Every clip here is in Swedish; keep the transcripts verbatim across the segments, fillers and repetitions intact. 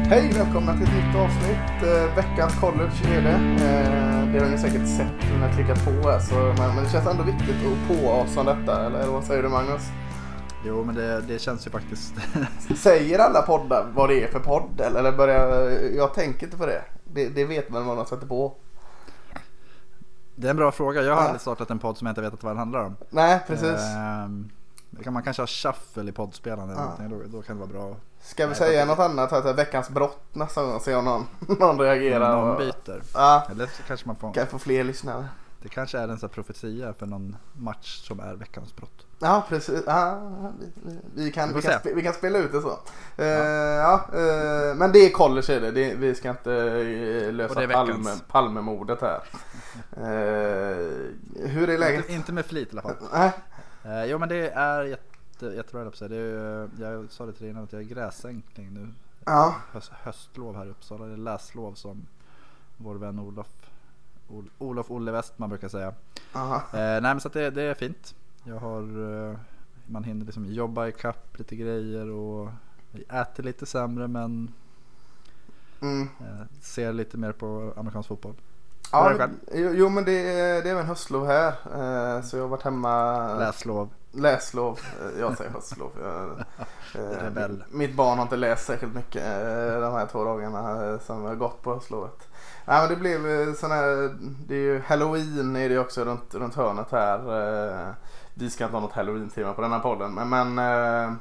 Hej, välkomna till ett nytt avsnitt. Eh, veckans college är det. Eh, det har ni säkert sett när ni har klickat på här, så, men, men det känns ändå viktigt att på oss om detta, eller, eller vad säger du, Magnus? Jo, men det, det känns ju faktiskt... Säger alla poddar vad det är för podd? Eller börjar, jag tänker inte på det. Det, det vet man vad man sätter på. Det är en bra fråga. Jag har Ja. aldrig startat en podd som jag inte vet vad den handlar om. Nej, precis. Ehm, kan man kanske ha shuffle i poddspelande eller Ja. någonting, då, då kan det vara bra. Ska vi Nej, säga jag något annat? Här, veckans brott nästa gång, se om någon, någon reagerar. Någon och, byter. ja, Eller så kanske man får... kan få fler lyssnare. Det kanske är en sån här profetia för någon match som är veckans brott. Ja, precis. Ja, vi, vi, kan, Vi vi, får kan se. spe, vi kan spela ut det så. Uh, ja, uh, men det är college är det. det vi ska inte uh, lösa Palme, Palmemordet här. Uh, hur är läget? Inte, inte med flit i alla fall. Nej. Uh, jo, men det är jätte, jättebra på sig. Det är, jag sa det till dig innan att jag är gräsänkling nu. Ja. Höst, höstlov här i Uppsala. Det är läslov som vår vän Olof Ol, Olof Olle Westman brukar säga. Aha. Eh, nej, men så att det, det är fint. Jag har eh, man hinner liksom jobba i kapp lite grejer och äter lite sämre, men Mm. eh, ser lite mer på amerikansk fotboll. Ja, själv? jo, jo, men det är, det är även höstlov här. Uh, så jag har varit hemma. Läslov. Läslov. Uh, jag säger höstlov. Uh, Rebell. Mitt barn har inte läst särskilt mycket uh, de här två dagarna uh, som har gått på höstlovet. Nej, men det blev uh, sån här, det är ju Halloween är det också runt, runt hörnet här. Uh, vi ska inte ha något Halloween-tema på den här podden, men, men uh,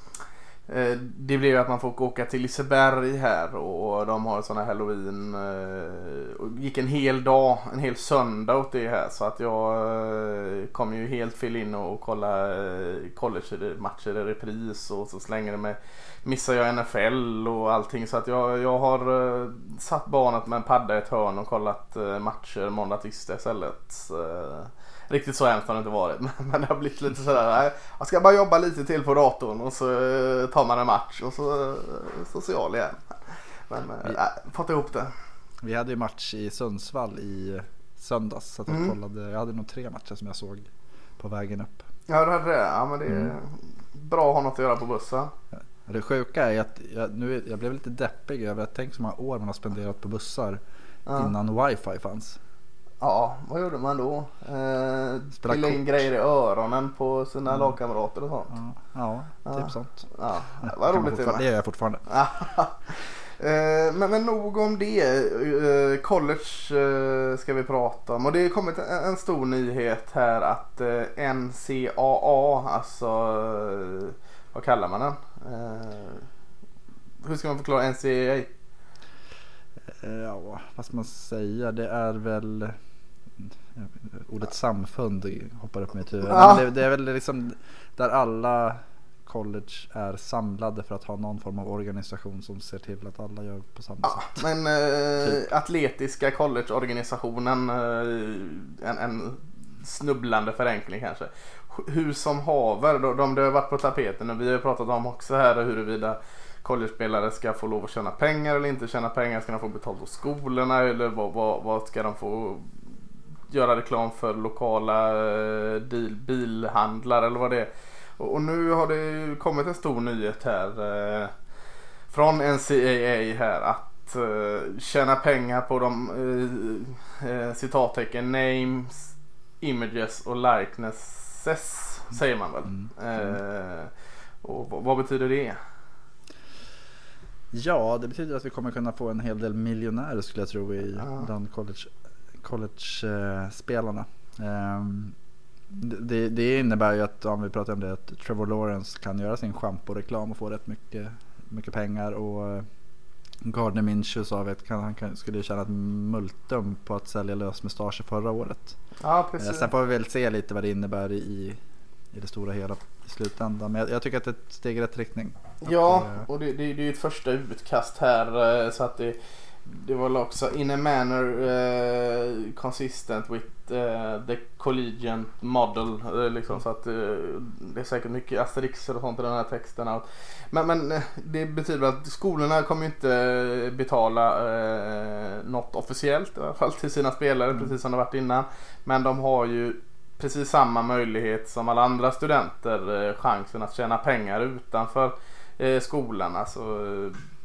det blev ju att man får åka till Liseberg här och de har såna Halloween och gick en hel dag, en hel söndag åt det här, så att jag kom ju helt fel in och kolla college-matcher i repris och så slänger det med, missar jag N F L och allting, så att jag, jag har satt barnet med en padda i ett hörn och kollat matcher måndag tisdag istället. Riktigt så hemskt har det inte varit, men det har blivit lite sådär, nej, jag ska bara jobba lite till på datorn och så tar man en match och så social igen. Men vi, nej, fått ihop det. Vi hade ju match i Sundsvall i söndags, så att jag Mm. kollade, jag hade nog tre matcher som jag såg på vägen upp. Ja, det hade det. Ja, men det är Mm. bra att ha något att göra på bussen. Det sjuka är att jag, nu, jag blev lite deppig över att tänk så många år man har spenderat på bussar Ja. innan wifi fanns. Ja, vad gjorde man då? Eh, Spela Pilla in kort. grejer i öronen på sina Mm. lagkamrater och sånt. Ja, ja, typ Ja. sånt. Ja, Det vad kan man roligt det fortfarande- var. Det gör jag fortfarande. Eh, men, men nog om det. Eh, college eh, ska vi prata om. Och det har kommit en, en stor nyhet här att eh, N C A A, alltså eh, vad kallar man den? Eh, hur ska man förklara N C A A? Ja, vad ska man säga? Det är väl ordet samfund hoppar upp med i huvudet. Ja. Men det, det är väl liksom där alla college är samlade för att ha någon form av organisation som ser till att alla gör på samma Ja, sätt. men eh, Typ. atletiska collegeorganisationen, eh, en, en snubblande förenkling kanske. Hur som haver, de, de, de har varit på tapeten och vi har pratat om också här huruvida college-spelare ska få lov att tjäna pengar eller inte tjäna pengar. Ska de få betalt hos skolorna eller vad, vad, vad ska de få göra reklam för lokala eh, bil, bilhandlar eller vad det är. Och, och nu har det ju kommit en stor nyhet här eh, från N C A A här att eh, tjäna pengar på de eh, eh, citattecken names, images och likenesses säger man väl. Mm. Eh, och vad, vad betyder det? Ja, det betyder att vi kommer kunna få en hel del miljonärer skulle jag tro i Ja. bland college, college-spelarna. Um, det, det innebär ju att, om vi pratar om det, att Trevor Lawrence kan göra sin shampoo-reklam och få rätt mycket, mycket pengar, och uh, Gardner Minshew sa vi att kan, han kan, skulle ju tjäna ett multum på att sälja lösmustascher förra året. Ja, Uh, precis. sen får vi väl se lite vad det innebär i, i det stora hela i slutändan, men jag, jag tycker att det är ett steg i rätt riktning. Ja, Att, och det, det, det är ju ett första utkast här eh, så att det, det var väl också in a manner uh, consistent with uh, the collegiate model uh, liksom, så att uh, det är säkert mycket asterixer och sånt i den här texten. Men, men uh, det betyder att skolorna kommer ju inte betala uh, något officiellt i alla fall till sina spelare, mm. precis som det varit innan. Men de har ju precis samma möjlighet som alla andra studenter, uh, chansen att tjäna pengar utanför eh, skolan. Alltså,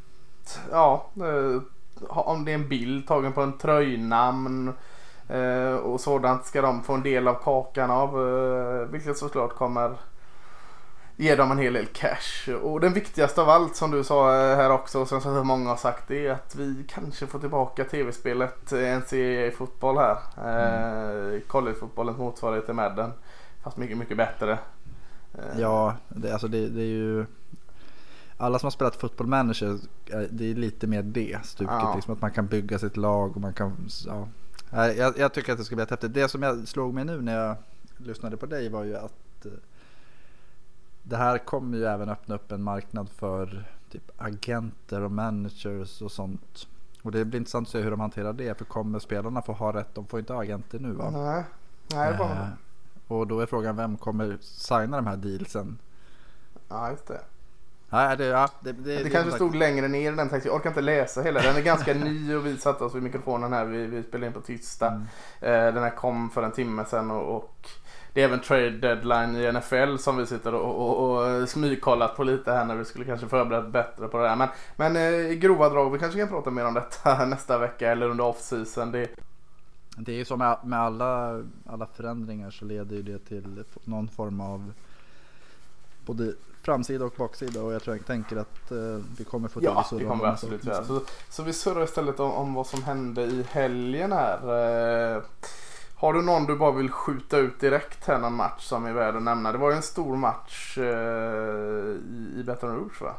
ja, eh, om det är en bild tagen på en tröjnamn eh, och sådant, ska de få en del av kakan av, eh, vilket såklart kommer ge dem en hel del cash. Och den viktigaste av allt, som du sa här också, och som så många har sagt, det är att vi kanske får tillbaka tv-spelet N C A A-fotboll här. Mm. Eh, collegefotbollens motsvarighet till Madden, fast mycket, mycket bättre. Eh. Ja, det, alltså det, det är ju... Alla som har spelat Football Manager, det är lite mer det stuket, ja. Liksom att man kan bygga sitt lag och man kan... Ja. Jag, jag tycker att det ska bli häftigt. Det som jag slog mig nu när jag lyssnade på dig var ju att det här kommer ju även öppna upp en marknad för typ agenter och managers och sånt. Och det blir intressant att se hur de hanterar det, för kommer spelarna få ha rätt? De får inte ha agenter nu, va? Nej, Nej det eh, och då är frågan, vem kommer signa de här dealsen? Ja, just det. Ja, det, ja, det, det, det, det det kanske stod längre ner i den texten. Jag orkar inte läsa hela. Den är ganska ny och vi satte oss vid mikrofonen här. Vi, vi spelade in på tisdag. Mm. Eh, den här kom för en timme sedan och, och det är även trade deadline i N F L som vi sitter och, och, och smygkollat på lite här när vi skulle kanske förberett bättre på det här. Men, men eh, i grova drag, vi kanske kan prata mer om detta nästa vecka eller under off-season. Det, det är ju som med, med alla, alla förändringar, så leder ju det till någon form av både framsida och baksida, och jag tror jag tänker att eh, vi kommer få ja, det kommer vi absolut göra. Så, så vi surrar istället om, om vad som hände i helgen här. Eh, har du någon du bara vill skjuta ut direkt här, någon match som är värd att nämna? Det var ju en stor match eh, i, i Baton Rouge, va?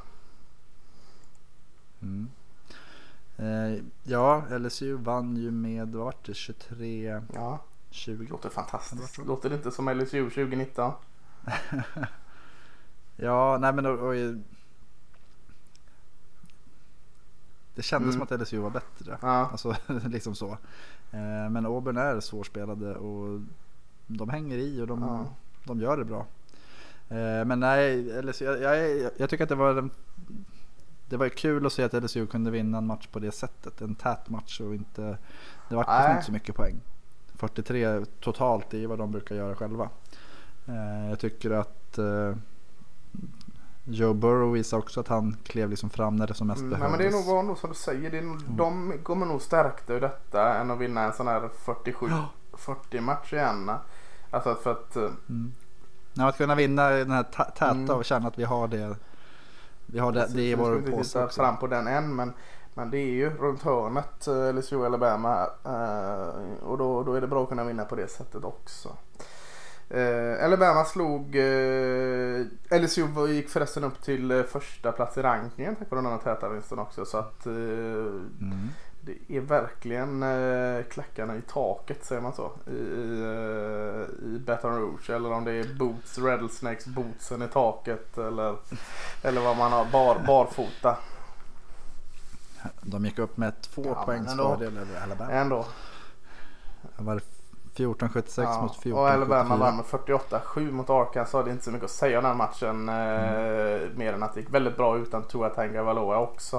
Mm. Eh, ja, L S U vann ju med, vad var det, tjugotre tjugo. Ja, låter fantastiskt. Låter det inte som L S U tjugonitton? Ja, nej men och, och, det kändes mm. som att L S U var bättre. Ja. Alltså liksom så. Eh, men Auburn är svårspelade och de hänger i och de, ja. de gör det bra. Eh, men nej, L S U, jag, jag, jag tycker att det var en, det var kul att se att L S U kunde vinna en match på det sättet. En tät match och inte, det var inte så mycket poäng. fyrtiotre totalt är vad de brukar göra själva. Eh, jag tycker att eh, Joe Burrow visar också att han klev liksom fram när det som mest mm, behövdes. Men det är nog vad nog som du säger. Det är nog, mm. De kommer nog stärkta ur detta än att vinna en sån här fyrtiosju fyrtio match igen. Alltså för att... Mm. Ja, att kunna vinna den här täta mm. och känna att vi har det. Vi har det, Precis, det i vår påse också. Fram på den än, men, men det är ju runt hörnet L S U och Alabama. Uh, och då, då är det bra att kunna vinna på det sättet också. Uh, Alabama slog uh, L S U gick förresten upp till uh, första plats i rankingen tack vare den här täta vinsten också, så att uh, mm. det är verkligen uh, klackarna i taket, säger man så, i, i, uh, i Baton Rouge, eller om det är boots, rattlesnakes, bootsen i taket eller, eller vad man har, bar, barfota. De gick upp med två ja, poängs fördel över Alabama. Ändå. Det var fjorton sjuttiosex ja, mot fjorton och Alabama vann med fyrtioåtta sju mot Arkansas. Det är inte så mycket att säga om den matchen mm. eh, mer än att det gick väldigt bra utan Tua Tagovailoa också.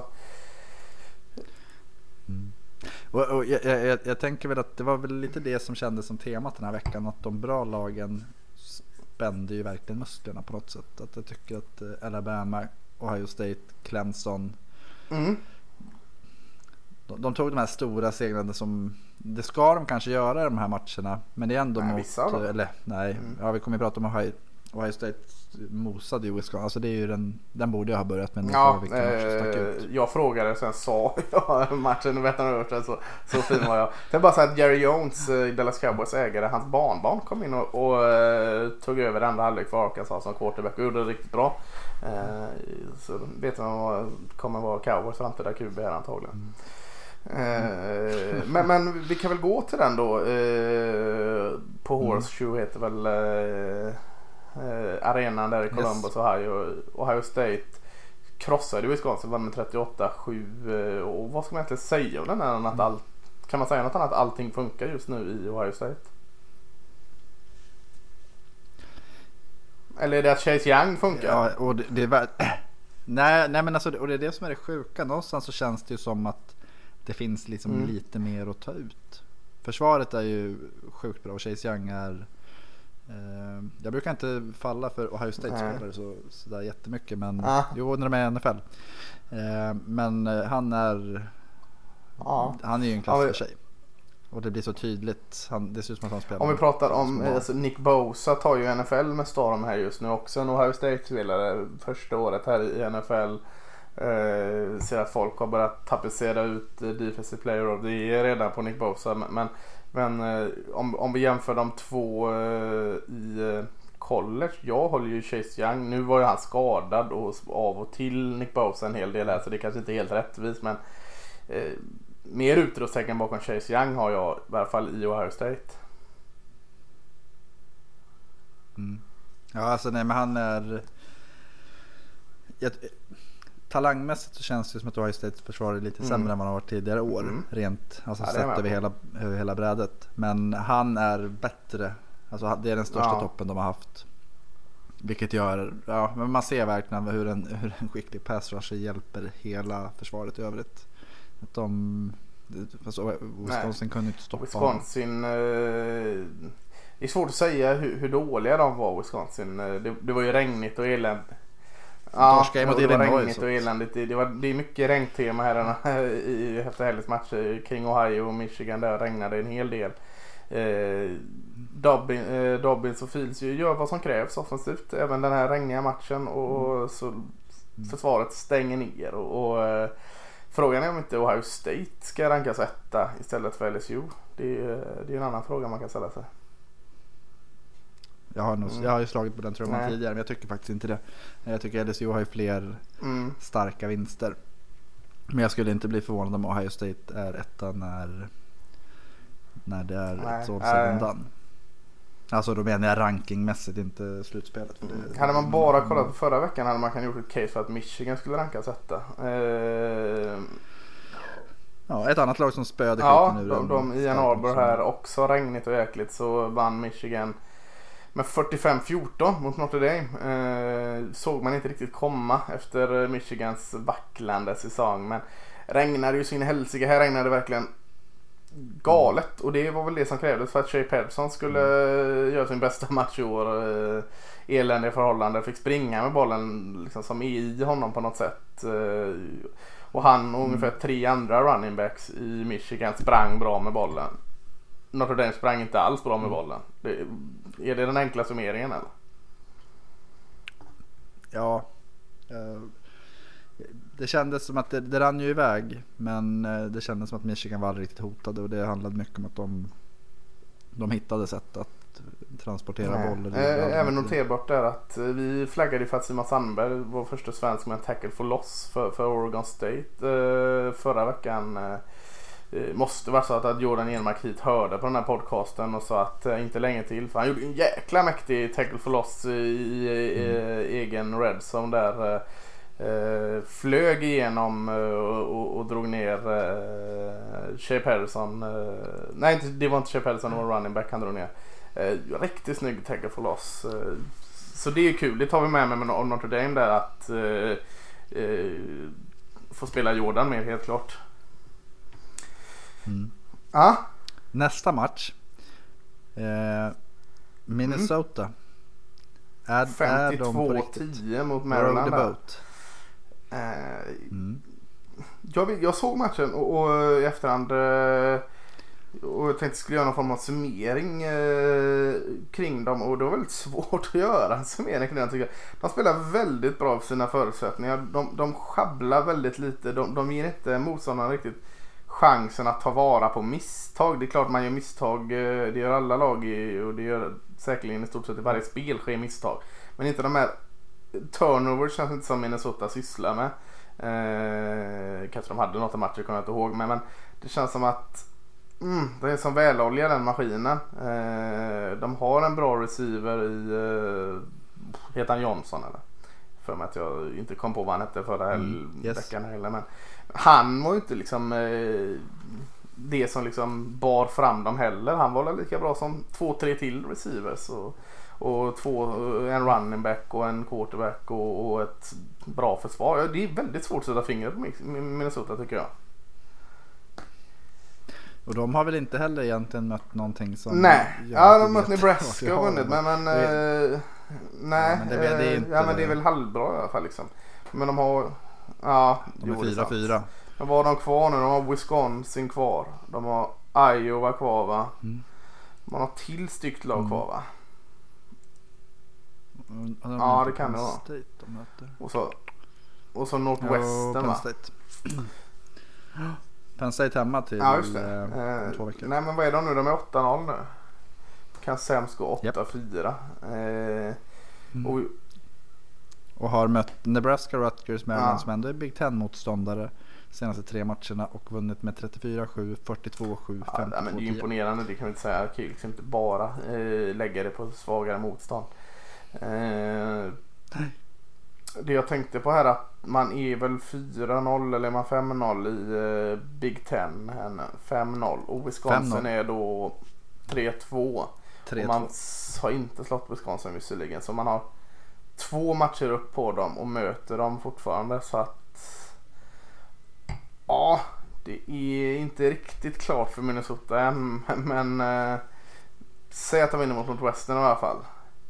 Mm. Och, och jag, jag, jag tänker väl att det var väl lite det som kändes som temat den här veckan, att de bra lagen spände ju verkligen musklerna på något sätt. Att jag tycker att eh, Alabama, Ohio State, Clemson mm. de, de tog de här stora segrarna som det ska de kanske göra i de här matcherna, men det är ändå nej, mot eller nej, mm. ja vi kommer ju prata om Ohio, Ohio State mosade ju Wisconsin, alltså det är ju den, den borde jag ha börjat med. Ja, eh, jag frågade sen sa jag matchen i Baton Rouge, så, så fin var jag. Det är bara så att Jerry Jones, Dallas Cowboys ägare, hans barnbarn kom in och, och uh, tog över andra halvlek för Arkansas som quarterback och gjorde det riktigt bra. Uh, så vet man vad kommer vara Cowboys framtida Q B här antagligen. Mm. Uh, men, men vi kan väl gå till den då uh, på Horseshoe mm. heter väl uh, uh, arenan där i Columbus, yes. Ohio. Ohio State krossade Wisconsin, vann med trettioåtta sju uh, och vad ska man egentligen säga om den här, mm. att all, kan man säga något annat att allting funkar just nu i Ohio State? Eller är det att Chase Young funkar? Ja, och det, det är väl, nej, nej men alltså, och det är det som är det sjuka. Någonstans så känns det ju som att det finns liksom mm. lite mer att ta ut. Försvaret är ju sjukt bra och Chase Young är Uh, jag brukar inte falla för Ohio State-spelare så, så där jättemycket, men ah. jo, när de är i N F L. Uh, men uh, han är ah. han är ju en klass för sig. Och det blir så tydligt. Han, det ser ut som att han spelar. Om vi pratar om alltså Nick Bosa tar ju N F L med storm här just nu också. En Ohio State-spelare första året här i N F L. Uh, ser att folk har börjat tapetsera ut uh, Defensive Player of the Year redan på Nick Bosa. Men, men uh, om, om vi jämför de två uh, i uh, college. Jag håller ju Chase Young. Nu var ju han skadad och av och till Nick Bosa en hel del här. Så det är kanske inte helt rättvist. Men uh, mer utropstecken bakom Chase Young har jag i alla fall i Ohio State. Mm. Ja, alltså nej, men han är... Jag... Talangmässigt så känns det som att Ohio State försvar är lite mm. sämre än man har varit tidigare år. Mm. Rent, alltså ja, sett över hela, över hela brädet. Men han är bättre. Alltså det är den största ja. toppen de har haft. Vilket gör, ja, men man ser verkligen hur en, hur en skicklig pass rusher hjälper hela försvaret i övrigt. Att de, alltså Wisconsin kunde inte stoppa Wisconsin, eh, det är svårt att säga hur, hur dåliga de var, Wisconsin. Det, det var ju regnigt och eländigt. Ja, det var regnigt och eländigt. Det, var, det är mycket regntema här i, efter helgens matcher kring Ohio och Michigan. Där regnade en hel del. Eh, Dobbin, eh, Dobbins och Fields gör vad som krävs offensivt. Även den här regniga matchen. Och mm. så försvaret stänger ner. Och, och eh, frågan är om inte Ohio State ska rankas etta istället för L S U. Det är, det är en annan fråga man kan ställa sig. Jag har, nog, mm. jag har ju slagit på den trumman Nej. tidigare, men jag tycker faktiskt inte det. Jag tycker L S U har ju fler mm. starka vinster. Men jag skulle inte bli förvånad om Ohio State är etta när, när det är Nej. ett sånt sedan. Alltså då menar jag rankingmässigt, inte slutspelet. För det, hade man bara kollat på förra veckan hade man kan gjort ett case för att Michigan skulle rankas etta. Eh... Ja, ett annat lag som spöade ja, skiten nu. Ja, de, de i en Arbor här också regnigt och jäkligt så vann Michigan med fyrtiofem fjorton mot Notre Dame. Eh, såg man inte riktigt komma efter Michigans vacklande säsong. Men regnade ju sin helsike. Här regnade det verkligen galet. Och det var väl det som krävdes för att Shea Patterson skulle mm. göra sin bästa match i år. Eh, eländiga förhållanden. Fick springa med bollen liksom, som är i honom på något sätt. Eh, och han och mm. ungefär tre andra running backs i Michigan sprang bra med bollen. Notre Dame sprang inte alls bra med bollen. Det, är det den enkla summeringen eller? Ja. Uh, det kändes som att det, det rann ju iväg. Men uh, det kändes som att Michigan var riktigt hotade. Och det handlade mycket om att de, de hittade sätt att transportera bollen. Även noterbart är att vi flaggade för att Simon Sandberg var första svensk med en tackle for loss för, för Oregon State uh, förra veckan. Uh, måste vara så att Jordan Enmark hit hörde på den här podcasten och sa att uh, inte länge till, för han gjorde en jäkla mäktig tackle for loss i, i, i mm. egen red zone där uh, flög igenom uh, och, och drog ner uh, Shea Patterson uh, nej inte, det var inte Shea Patterson, det var running back han drog ner uh, riktigt snygg tackle for loss uh, så det är kul, det tar vi med med Notre Dame där att uh, uh, få spela Jordan mer helt klart. Mm. Ah? Nästa match eh, Minnesota mm. är, femtiotvå tio mot Maryland eh, mm. jag, jag såg matchen och, och i efterhand eh, och jag tänkte skulle göra någon form av summering eh, kring dem och det var väldigt svårt att göra en summering kring dem, tycker jag. De spelar väldigt bra för sina förutsättningar, de, de schabblar väldigt lite, de, de ger inte motståndarna riktigt chansen att ta vara på misstag. Det är klart man gör misstag, det gör alla lag i, och det gör säkerligen i stort sett i varje spel sker misstag. Men inte de här turnovers känns inte som Minnesota sysslar med. Eh, kanske de hade något av matcher, kommer jag inte ihåg. Men, men det känns som att mm, det är som välolja den maskinen. Eh, de har en bra receiver i eh, heter han Johnson eller? För mig att jag inte kom på vad han hette förra mm, yes. veckan heller, men han var ju inte liksom eh, det som liksom bar fram dem heller. Han var lika bra som två, tre till receivers och, och två, en running back och en quarterback och, och ett bra försvar. Det är väldigt svårt att sätta fingret på Minnesota tycker jag. Och de har väl inte heller egentligen mött någonting som... Nej, ja de har mött Nebraska och vunnit. Men, men det, eh, nej, ja, men det, det är inte, ja, men det är väl halvbra i alla fall liksom. Men de har, ja. De är fyra fyra. Men vad har de kvar nu? De har Wisconsin kvar. De har Iowa kvar va? Mm. Man har till styckt lag mm. kvar va? Mm, de ja det kan det vara. State de möter. Och så, och så Northwestern ja, Penn va? State. Penn State hemma till ja, just det. Eh, två veckor. Nej men vad är de nu? De är åtta noll nu. Kan sämst gå åtta fyra. Yep. Eh, mm. och, och har mött Nebraska, Rutgers, Maryland ja. som ändå är Big Ten-motståndare senaste tre matcherna och vunnit med trettiofyra sju, fyrtiotvå sju, femtiotvå tio. Ja, men det är imponerande, det kan vi inte säga. Kul inte bara eh, lägga det på svagare motstånd. Eh, det jag tänkte på här är att man är väl fyra noll eller är man fem noll i eh, Big Ten. fem noll och Wisconsin är då tre två. Och man har inte slått Wisconsin visserligen, så man har två matcher upp på dem och möter dem fortfarande, så att ja, det är inte riktigt klart för Minnesota än, men eh, säg att de vinner mot Northwestern i alla fall.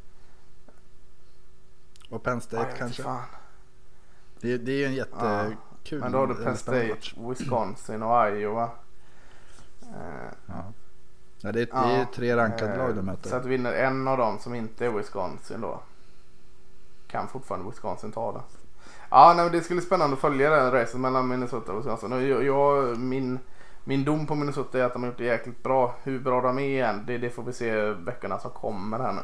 Och Penn State ja, kanske. Det, det är ju en jättekul. Ja, men då har du Penn State, Wisconsin och Iowa. Eh, ja. Ja, det är, ja, det är tre rankade eh, lag de möter. Så att vinner en av dem som inte är Wisconsin då, kan fortfarande Wisconsin ta det. Ja, nej, det skulle bli spännande att följa den racen mellan Minnesota och Wisconsin. Och jag, jag, min, min dom på Minnesota är att de har gjort det jäkligt bra. Hur bra de är igen, det, det får vi se veckorna som kommer här nu.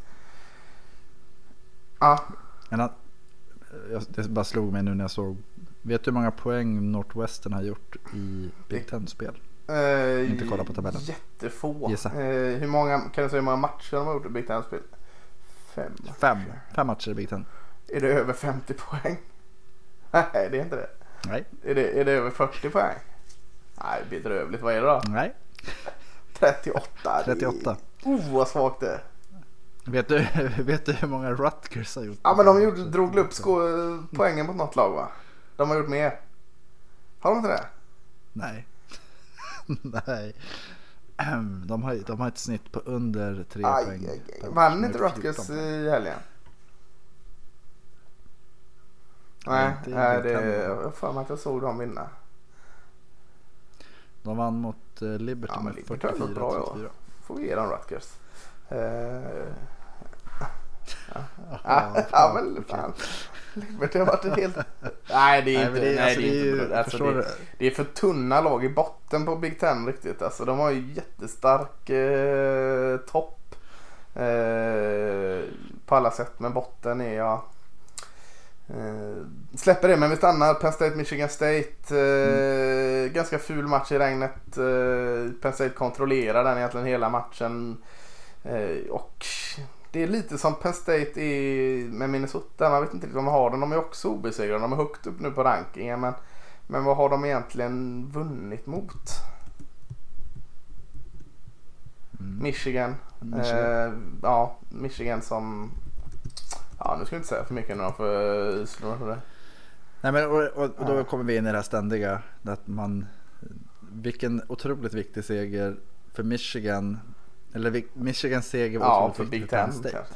Ja. Men, det bara slog mig nu när jag såg. Vet du hur många poäng Northwestern har gjort i Big Ten-spel? Uh, inte kolla på tabellen. Jättefå. Uh, hur många, kan du säga hur många matcher de har gjort i Big Ten-spel? Fem. Fem. Fem matcher i Big Ten. Är det över femtio poäng? Nej, det är inte det. Nej. Är det, är det över fyrtio poäng? Nej, bedrövligt. Vad är det då? Nej. trettioåtta. trettioåtta. Oh, vad svagt det är. Vet du, vet du hur många Rutgers har gjort? Ja, men de gjorde, drog upp sko- poängen på något lag va? De har gjort mer. Har de inte det? Nej. Nej. De har, de har ett snitt på under tre aj, poäng. Aj, aj. Vann inte Rutgers i helgen? Nej, nej, nej det är för mig att jag såg dem vinna. De vann mot uh, Liberty ja, med fyrtiofyra trettiofyra. Får vi ge dem Rutgers. Uh, ja, ja, ja men fan. Liberty har varit helt... Nej, det är inte... Nej, det är, nej, det är, inte, alltså, det, är, det är för tunna lag i botten på Big Ten riktigt. Alltså, de har ju jättestark eh, topp eh, på alla sätt. Men botten är ja... Eh, släpper det, men vi stannar. Penn State, Michigan State. Eh, mm. Ganska ful match i regnet. Eh, Penn State kontrollerar den egentligen hela matchen. Eh, och... Det är lite som Penn State i, med Minnesota. Man vet inte riktigt om de har den. De är också obesegrade. De är högt upp nu på rankingen. Men, men vad har de egentligen vunnit mot? Mm. Michigan. Michigan. Eh, ja, Michigan som... Ja, nu ska vi inte säga för mycket när de får slå det. Nej, men, och, och, och då ja. kommer vi in i det här ständiga. Att man, vilken otroligt viktig seger för Michigan... Eller Michigans seger var ja, för Big Ten.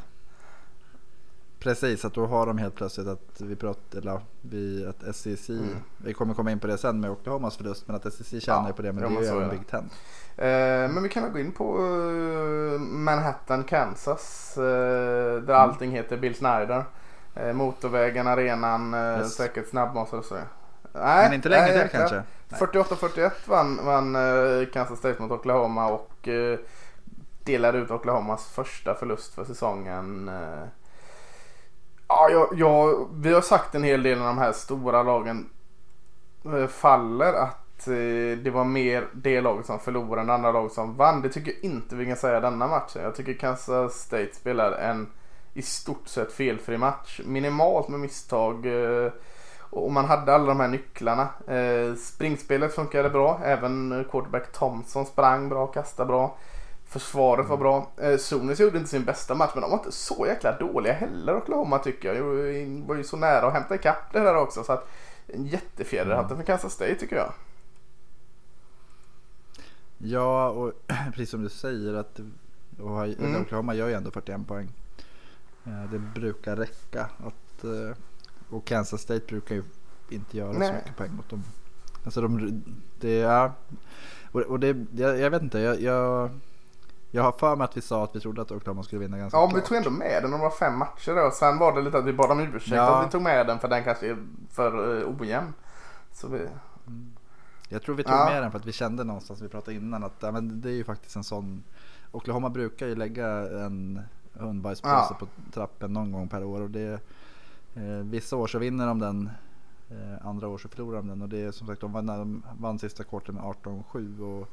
Precis, att då har de helt plötsligt att vi pratar eller vi att S E C mm. vi kommer komma in på det sen med Oklahomas förlust, men att S E C tjänar ja, på det, men det är ju en Big Ten. Eh, men vi kan gå in på uh, Manhattan, Kansas, uh, där mm. allting heter Bill Snyder. Uh, motorvägen, arenan, uh, yes. säkert snabbmassor och så. Nej, men inte länge till kanske. fyrtioåtta fyrtioett vann, vann uh, Kansas State mot Oklahoma och uh, delade ut Oklahomas första förlust för säsongen. Ja, jag, jag, vi har sagt en hel del när de här stora lagen faller att det var mer det laget som förlorade än andra lag som vann. Det tycker jag inte vi kan säga denna matchen. Jag tycker Kansas State spelar en i stort sett felfri match. Minimalt med misstag. Och man hade alla de här nycklarna. Springspelet funkade bra. Även quarterback Thompson sprang bra, kastade bra. Försvaret var bra. Eh, Sonis gjorde inte sin bästa match, men de var inte så jäkla dåliga heller, Oklahoma tycker jag. Jag var ju så nära att hämta ikapp det där också, så att en jättefjäder mm. för Kansas State tycker jag. Ja, och precis som du säger att och mm. Oklahoma gör ju ändå fyrtioen poäng. Det brukar räcka att, och Kansas State brukar ju inte göra Nej. så mycket poäng mot dem. Alltså de, det är och det, jag, jag vet inte, jag, jag jag har för mig att vi sa att vi trodde att Oklahoma skulle vinna ganska Ja, klart. vi tog ändå med den, de var fem matcher då. Sen var det lite att vi bad om ursäkt ja. att vi tog med den för den kanske är för uh, ojämn. Så vi... Mm. Jag tror vi tog ja. med den för att vi kände någonstans, vi pratade innan att ja, men det är ju faktiskt en sån. Oklahoma brukar ju lägga en hundbajspåse ja. på trappen någon gång per år och det eh, vissa år så vinner de den, eh, andra år så förlorar de den och det är som sagt de vann, de vann sista kvarten med arton sju och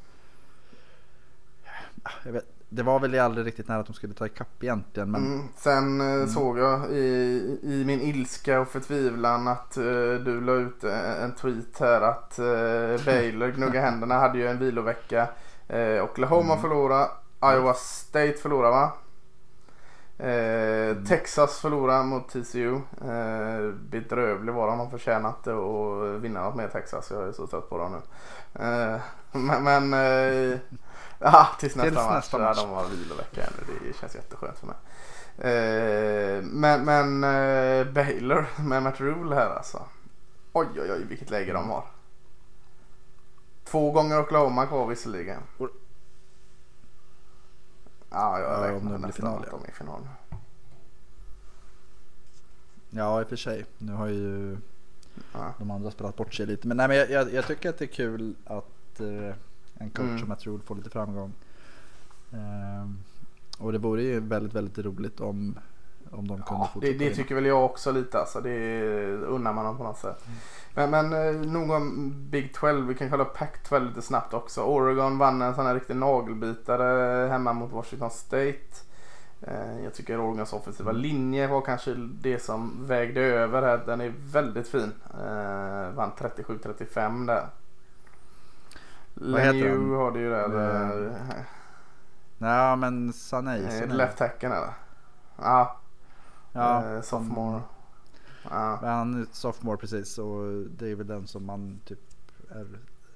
jag vet, det var väl aldrig riktigt nära att de skulle ta ikapp egentligen men... mm, sen eh, mm. såg jag i, i min ilska och förtvivlan att eh, du la ut en tweet här att eh, Baylor gnugga händerna hade ju en vilovecka, eh, Oklahoma mm. förlorade, Iowa State förlorade va? Eh, mm. Texas förlorade mot T C U. eh, Bedrövlig var de, har förtjänat det och vinna något med Texas. Jag är så trött på dem nu. eh, Men, men eh, ja, tills nästa tills match, nästa match. Ja, de var vilovecka ännu. Det känns jätteskönt för mig. eh, Men, men eh, Baylor med Matt Rule här alltså. Oj oj oj vilket läge de har. Två gånger Oklahoma kvar visserligen. Ja, jag ja, om de blir final, att de är i final. Ja, i och för sig. Nu har ju ja. de andra spelat bort sig lite. Men, nej, men jag, jag, jag tycker att det är kul att eh, en coach mm. som jag tror får lite framgång. Eh, och det vore ju väldigt, väldigt roligt om, om de kunde ja, fortsätta. Det, det tycker väl jag också lite. Alltså. Det unnar man dem på något sätt. Mm. Men, men någon Big tolv, vi kan kalla Pac tolv lite snabbt också. Oregon vann en sån här riktig nagelbitare hemma mot Washington State. Jag tycker Oregons offensiva linje var kanske det som vägde över här. Den är väldigt fin. Vann trettiosju trettiofem där. Lemieux har det ju där. Mm. Nej, men Sané. Left tacken eller? Ja. Ja, sophomore. Ja. Men han är sophomore precis och det är väl den som man typ är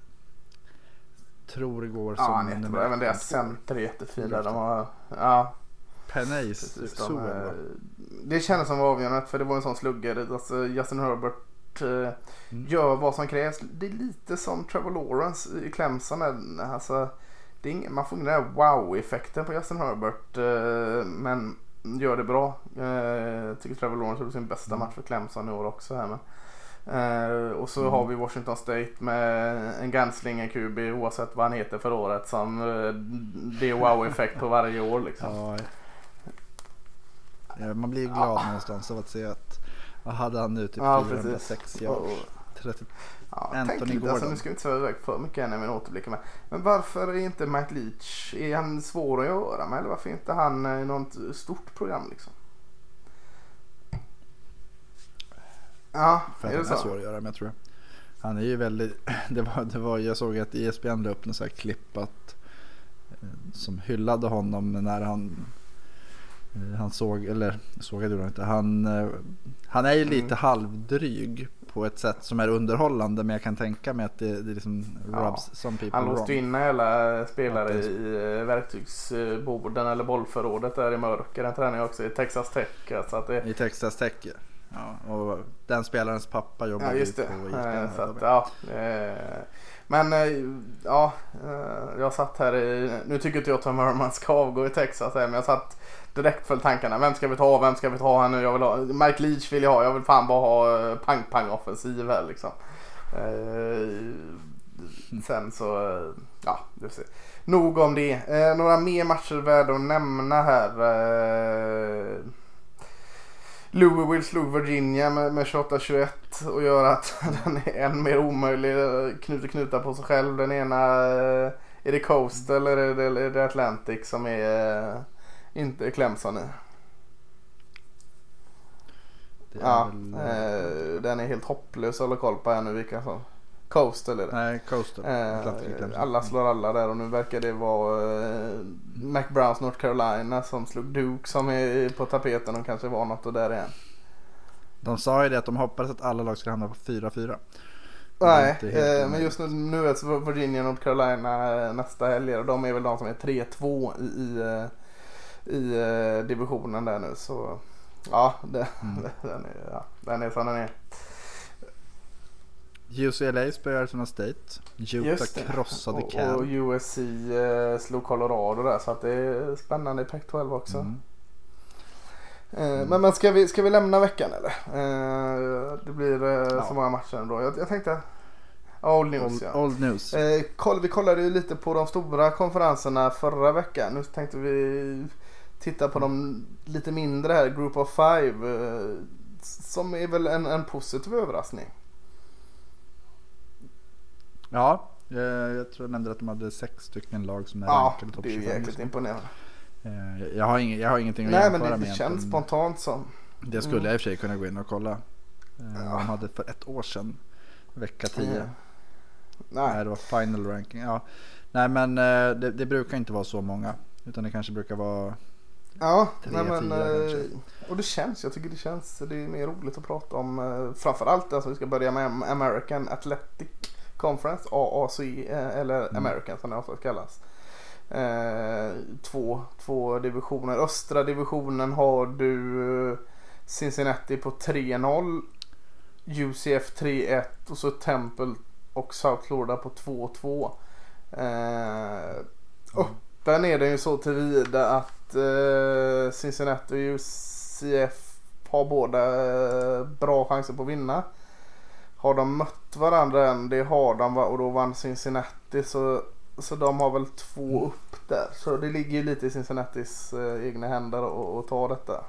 tror går som ja, han är jättebra. Även deras center är jättefina. De har, ja. Pennies, de, de, det kändes som var avgörande för det var en sån sluggare. Alltså Justin Herbert eh, mm. gör vad som krävs. Det är lite som Trevor Lawrence i Clemson. Alltså, det är ingen, man får den där wow-effekten på Justin Herbert eh, men gör det bra. Jag eh, tycker Trevor Lawrence gjorde sin bästa match för Clemson i år också här med. Uh, och så mm. har vi Washington State med en gansling, en Q B oavsett vad han heter för året som uh, det är wow-effekt på varje år liksom. Ja. Ja, man blir glad ja. någonstans av att se att vad hade han nu typ ja, fyrahundrasex år trettio ja, Anthony Gordon. Alltså, nu ska vi inte sväva iväg för mycket än när vi återblickar med. Men varför är inte Mike Leach, är han svår att göra med eller varför är inte han i något stort program liksom? Ja, för att är det han är så? Svår att göra med tror jag. Han är ju väldigt det var, det var jag såg att E S P N la upp något så här klipp att, som hyllade honom när han han såg eller sågade du inte han han är ju lite mm. halvdryg på ett sätt som är underhållande men jag kan tänka mig att det, det är liksom ja. rubs some people han låste in alla spelare ja, i verktygsborden eller bollförrådet där i mörker. Den tränar jag också i Texas Tech så att det... i Texas Tech ja, och den spelarens pappa jobbar ja, just det. på E S P N. Så att, ja, eh, men eh, ja, eh, jag satt här i, nu tycker inte jag att Tom Herman ska avgå i Texas men jag satt direkt för tankarna, vem ska vi ta, vem ska vi ta här nu, jag vill ha, Mike Leach vill jag ha, jag vill fan bara ha pang pang offensiv här liksom. Eh, sen så ja, du ser. Nog om det. Eh, några mer matcher värda att nämna här. Eh, Louisville slog Virginia med, med tjugoåtta tjugoett och gör att den är än mer omöjlig knuta knuta på sig själv. Den ena är det Coastal eller är det, är det Atlantic som är inte Clemson i. Är ja, väl, eh, den är helt hopplös att hålla koll på här nu vilka som. Coastal är det. Nej, Coastal. Eh, alla slår alla där och nu verkar det vara eh, McBrowns North Carolina som slog Duke som är på tapeten och kanske var något och där igen. De sa ju det att de hoppades att alla lag skulle hamna på fyra fyra. Nej, eh, men just nu, nu är så Virginia och North Carolina nästa helg. De är väl de som är tre två i, i, i divisionen där nu. Så ja, det, mm. den, är, ja den är som den är. U C L A spelar Arizona State. Utah krossade Cal. Och, och U S C eh, slog Colorado där. Så att det är spännande i Pac tolv också. Mm. Mm. Men, men ska, vi, ska vi lämna veckan eller? Eh, det blir eh, ja. så många matcher ändå. Jag, jag tänkte Old News, old, ja. Old news. Eh, koll, vi kollade ju lite på de stora konferenserna förra veckan. Nu tänkte vi titta på de lite mindre här. Group of Five. Eh, som är väl en, en positiv överraskning. Ja, eh, jag tror jag nämnde att de hade sex stycken lag som är ja, rankade topp tjugofem. Ja, det är jäkligt imponerande. Jag har, ing, jag har ingenting att Nej, jämföra men det, med. Det känns men spontant som. Det skulle mm. jag i och för sig kunna gå in och kolla. Ja. De hade för ett år sedan vecka tio. Mm. Nej. Nej, det var final ranking. Ja. Nej, men det, det brukar inte vara så många. Utan det kanske brukar vara ja, tre, nej, men, fyra. Och det känns, jag tycker det känns, det är mer roligt att prata om. Framförallt, alltså vi ska börja med American Athletic Conference, A A C, eller mm. American som det också kallas. Eh, två, två divisioner. Östra divisionen har du Cincinnati på tre noll, U C F tre ett och så Temple och South Florida på två två. Eh, öppen är det ju så tillvida att eh, Cincinnati och U C F har båda eh, bra chanser på att vinna. Har de mött varandra än? Det har de, och då vann Cincinnati, så Så de har väl två upp där. Så det ligger ju lite i Cincinnatis eh, egna händer att ta detta.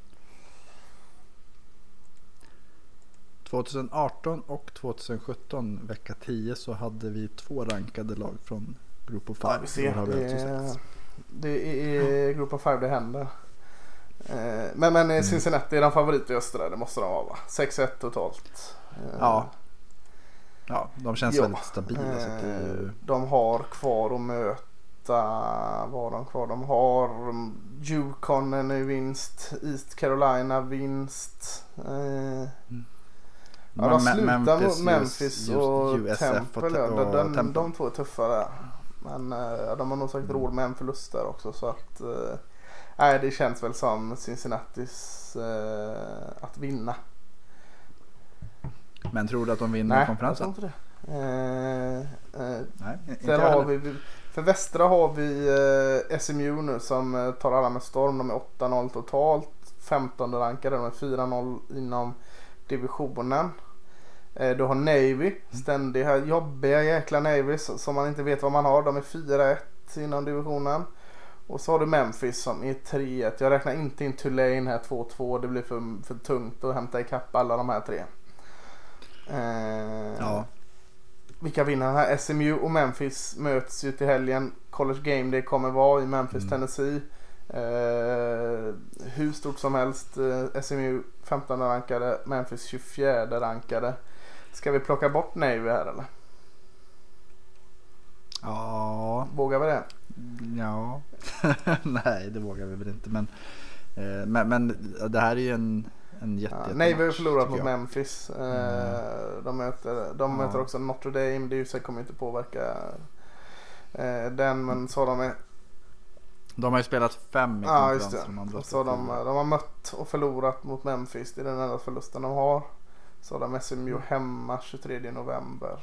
tjugo arton och tjugo sjutton vecka tio så hade vi två rankade lag från Group of Five. Ja, vi ser. Har vi det, är, det är Group of Five det händer. Eh, men men mm. Cincinnati är den favorit i östra, det måste de vara, va? sex ett totalt. Eh, ja. Ja, de känns ja. väldigt stabila. Eh, så att det... De har kvar att möta, vad har de kvar? De har Yukon en vinst, East Carolina vinst. Eh, mm. Ja, de slutar Memphis, mot Memphis och U S F Temple. Och, och den, Temple. De två är tuffa där. Men eh, de har nog sagt råd med en förlust där också. Så att eh, nej, det känns väl som Cincinnatis eh, att vinna. Men tror du att de vinner Nej, konferensen? Jag tror inte det. Eh, eh, Nej, inte där har vi, för västra har vi eh, S M U nu som eh, tar alla med storm. De är åtta noll totalt. femtonde rankade. De är fyra noll inom divisionen. Eh, du har Navy. Ständiga jobbiga jäkla Navy som man inte vet vad man har. De är fyra ett inom divisionen. Och så har du Memphis som är tre ett. Jag räknar inte in Tulane här två två. Det blir för, för tungt att hämta ikapp alla de här tre. Eh, ja. Vilka vinner här? S M U och Memphis möts ju till helgen. College Game Day kommer vara i Memphis, mm. Tennessee. Eh, hur stort som helst. eh, S M U femtonde rankade, Memphis tjugofjärde rankade. Ska vi plocka bort Navy här eller? Ja. Vågar vi det? Ja. Nej, det vågar vi väl inte. Men, eh, men, men det här är ju en en jätte, ja, nej, vi har förlorat mot Memphis. Mm. De möter, de möter ja. också Notre Dame. Det så kommer inte påverka eh, den, men så de är. De har ju spelat fem i ja, just det. De, så de, de har mött och förlorat mot Memphis. Det är den enda förlusten de har. Så de S M U hemma tjugotredje november.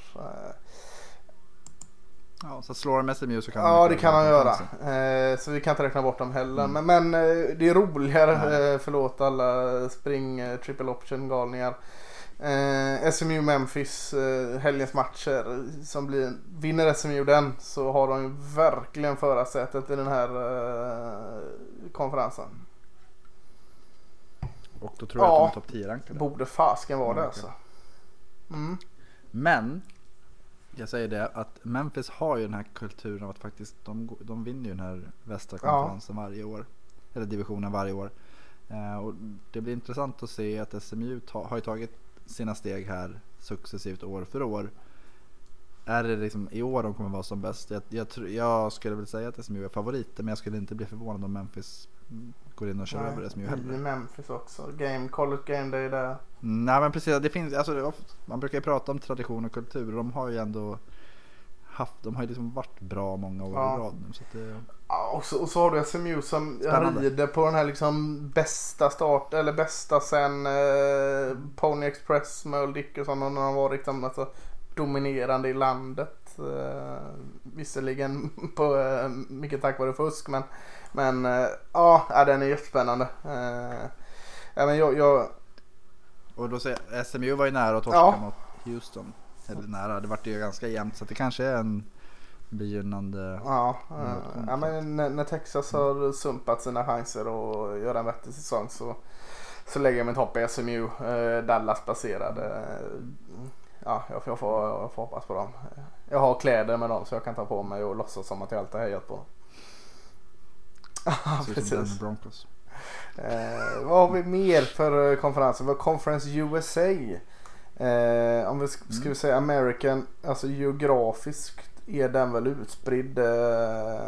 Ja, så slår de S M U så kan ja, de det kan de göra. Eh, så vi kan inte räkna bort dem heller. Mm. Men, men eh, det är roligare. Eh, förlåt alla spring eh, triple option galningar. Eh, S M U Memphis eh, helgens matcher som blir, vinner S M U den så har de ju verkligen förarsätet i den här eh, konferensen. Och då tror jag ja, att de är topp tio rankade. Borde fasken vara det alltså. Mm. Men jag säger det att Memphis har ju den här kulturen av att faktiskt de, de vinner ju den här västra konferensen ja. varje år. Eller divisionen varje år. Eh, och det blir intressant att se att S M U ta, har ju tagit sina steg här successivt år för år. Är det liksom i år de kommer vara som bäst? Jag, jag, jag skulle väl säga att S M U är favoriter, men jag skulle inte bli förvånad om Memphis går in och kör över S M U heller. I Memphis också. Game, college game day där. Mm, nej men precis, det finns, alltså, man brukar ju prata om tradition och kultur. De har ju ändå haft, de har ju liksom varit bra många år ja. i rad nu. Så att det... ja, och, så, och så har du S M U som Spännande. rider på den här liksom bästa start, eller bästa sen eh, Pony Express med Earl Dickerson, och när de var liksom, alltså, dominerande i landet. Eh, visserligen på eh, mycket tack vare fusk, men, men eh, ja, den är jättespännande. Eh, ja, men jag, jag... Och då säger S M U var ju nära att torska ja. mot Houston. Eller nära, det vart ju ganska jämnt, så det kanske är en begynnande... Ja, äh, ja men när, när Texas har sumpat sina chanser och gör en vettig säsong, så, så lägger jag mitt hopp i S M U, eh, Dallas baserade. Ja, jag får, jag, får, jag får hoppas på dem. Jag har kläder med dem så jag kan ta på mig och låtsas som att jag alltid har hejat på dem. Ja, precis. Broncos. Eh, vad har vi mer för konferenser? Vi har Conference U S A. Eh, om vi sk- ska vi säga American, alltså geografiskt är den väl utspridd eh,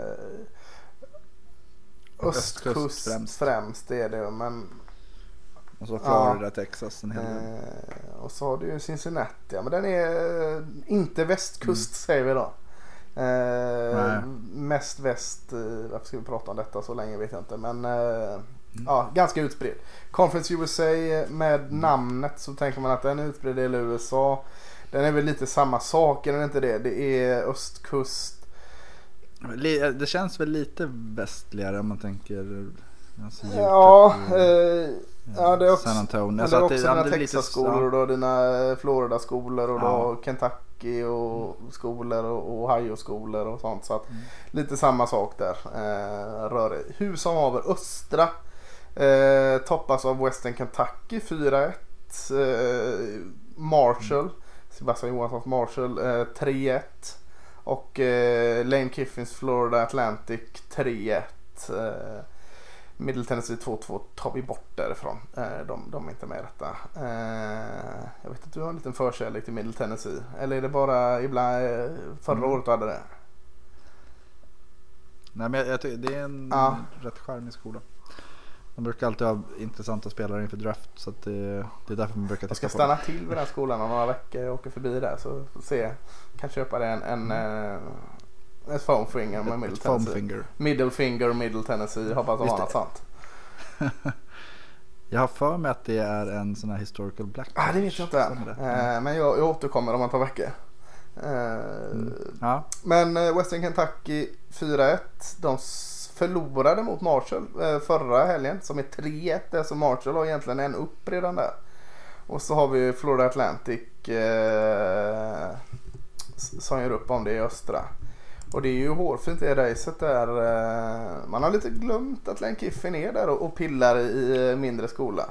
östkust, östkust främst. främst är det, men och så Florida, ja, Texas en hel del. Eh, och så har du ju Cincinnati, ja, men den är inte västkust mm. säger vi då. Eh, mest väst, eh, varför ska vi prata om detta så länge vet jag inte, men eh, mm. ja, ganska utspridd. Conference U S A med mm. namnet, så tänker man att den är utspridd i U S A. Den är väl lite samma sak, är det inte det? Det är östkust. Det känns väl lite västligare om man tänker alltså, ja, eh, ja, det är också, San Antonio. det är också dina Texas-skolor och dina Florida-skolor och ja. då Kentucky och skolor och Ohio-skolor och sånt, så att mm. lite samma sak där. Eh, rör hur som haver, östra eh, toppas av Western Kentucky fyra ett, eh, Marshall mm. Sebastian Johanssons Marshall eh, tre ett och eh, Lane Kiffins Florida Atlantic tre ett. eh, Middle Tennessee två två tar vi bort därifrån. Eh, de, de är inte med i detta. Eh, jag vet att du har en liten förkärlek till Middle Tennessee. Eller är det bara ibland eh, förra mm. året du hade det? Nej, men jag, jag tycker det är en ja. rätt charmig skola. De brukar alltid ha intressanta spelare inför draft, så att det, det är därför man brukar titta på. Jag ska stanna på. till vid den skolan om några veckor och åker förbi där, så får se. Kan köpa det en, en mm. eh, ett foam finger med Middle Tennessee. Finger. Middle finger, Middle Tennessee. Hoppas det var något sant. Jag har för mig att det är en sån här historical black. Ah, det vet jag inte än. Eh, men jag, jag återkommer om ett par veckor. Eh, mm. ja. Men eh, Western Kentucky fyra ett. De förlorade mot Marshall eh, förra helgen som är tre ett. Alltså Marshall har egentligen en upp redan där. Och så har vi Florida Atlantic eh, som gör upp om det i östra. Och det är ju hårfint i racet där. Eh, man har lite glömt att Lane Kiffin är där och, och pillar i mindre skola.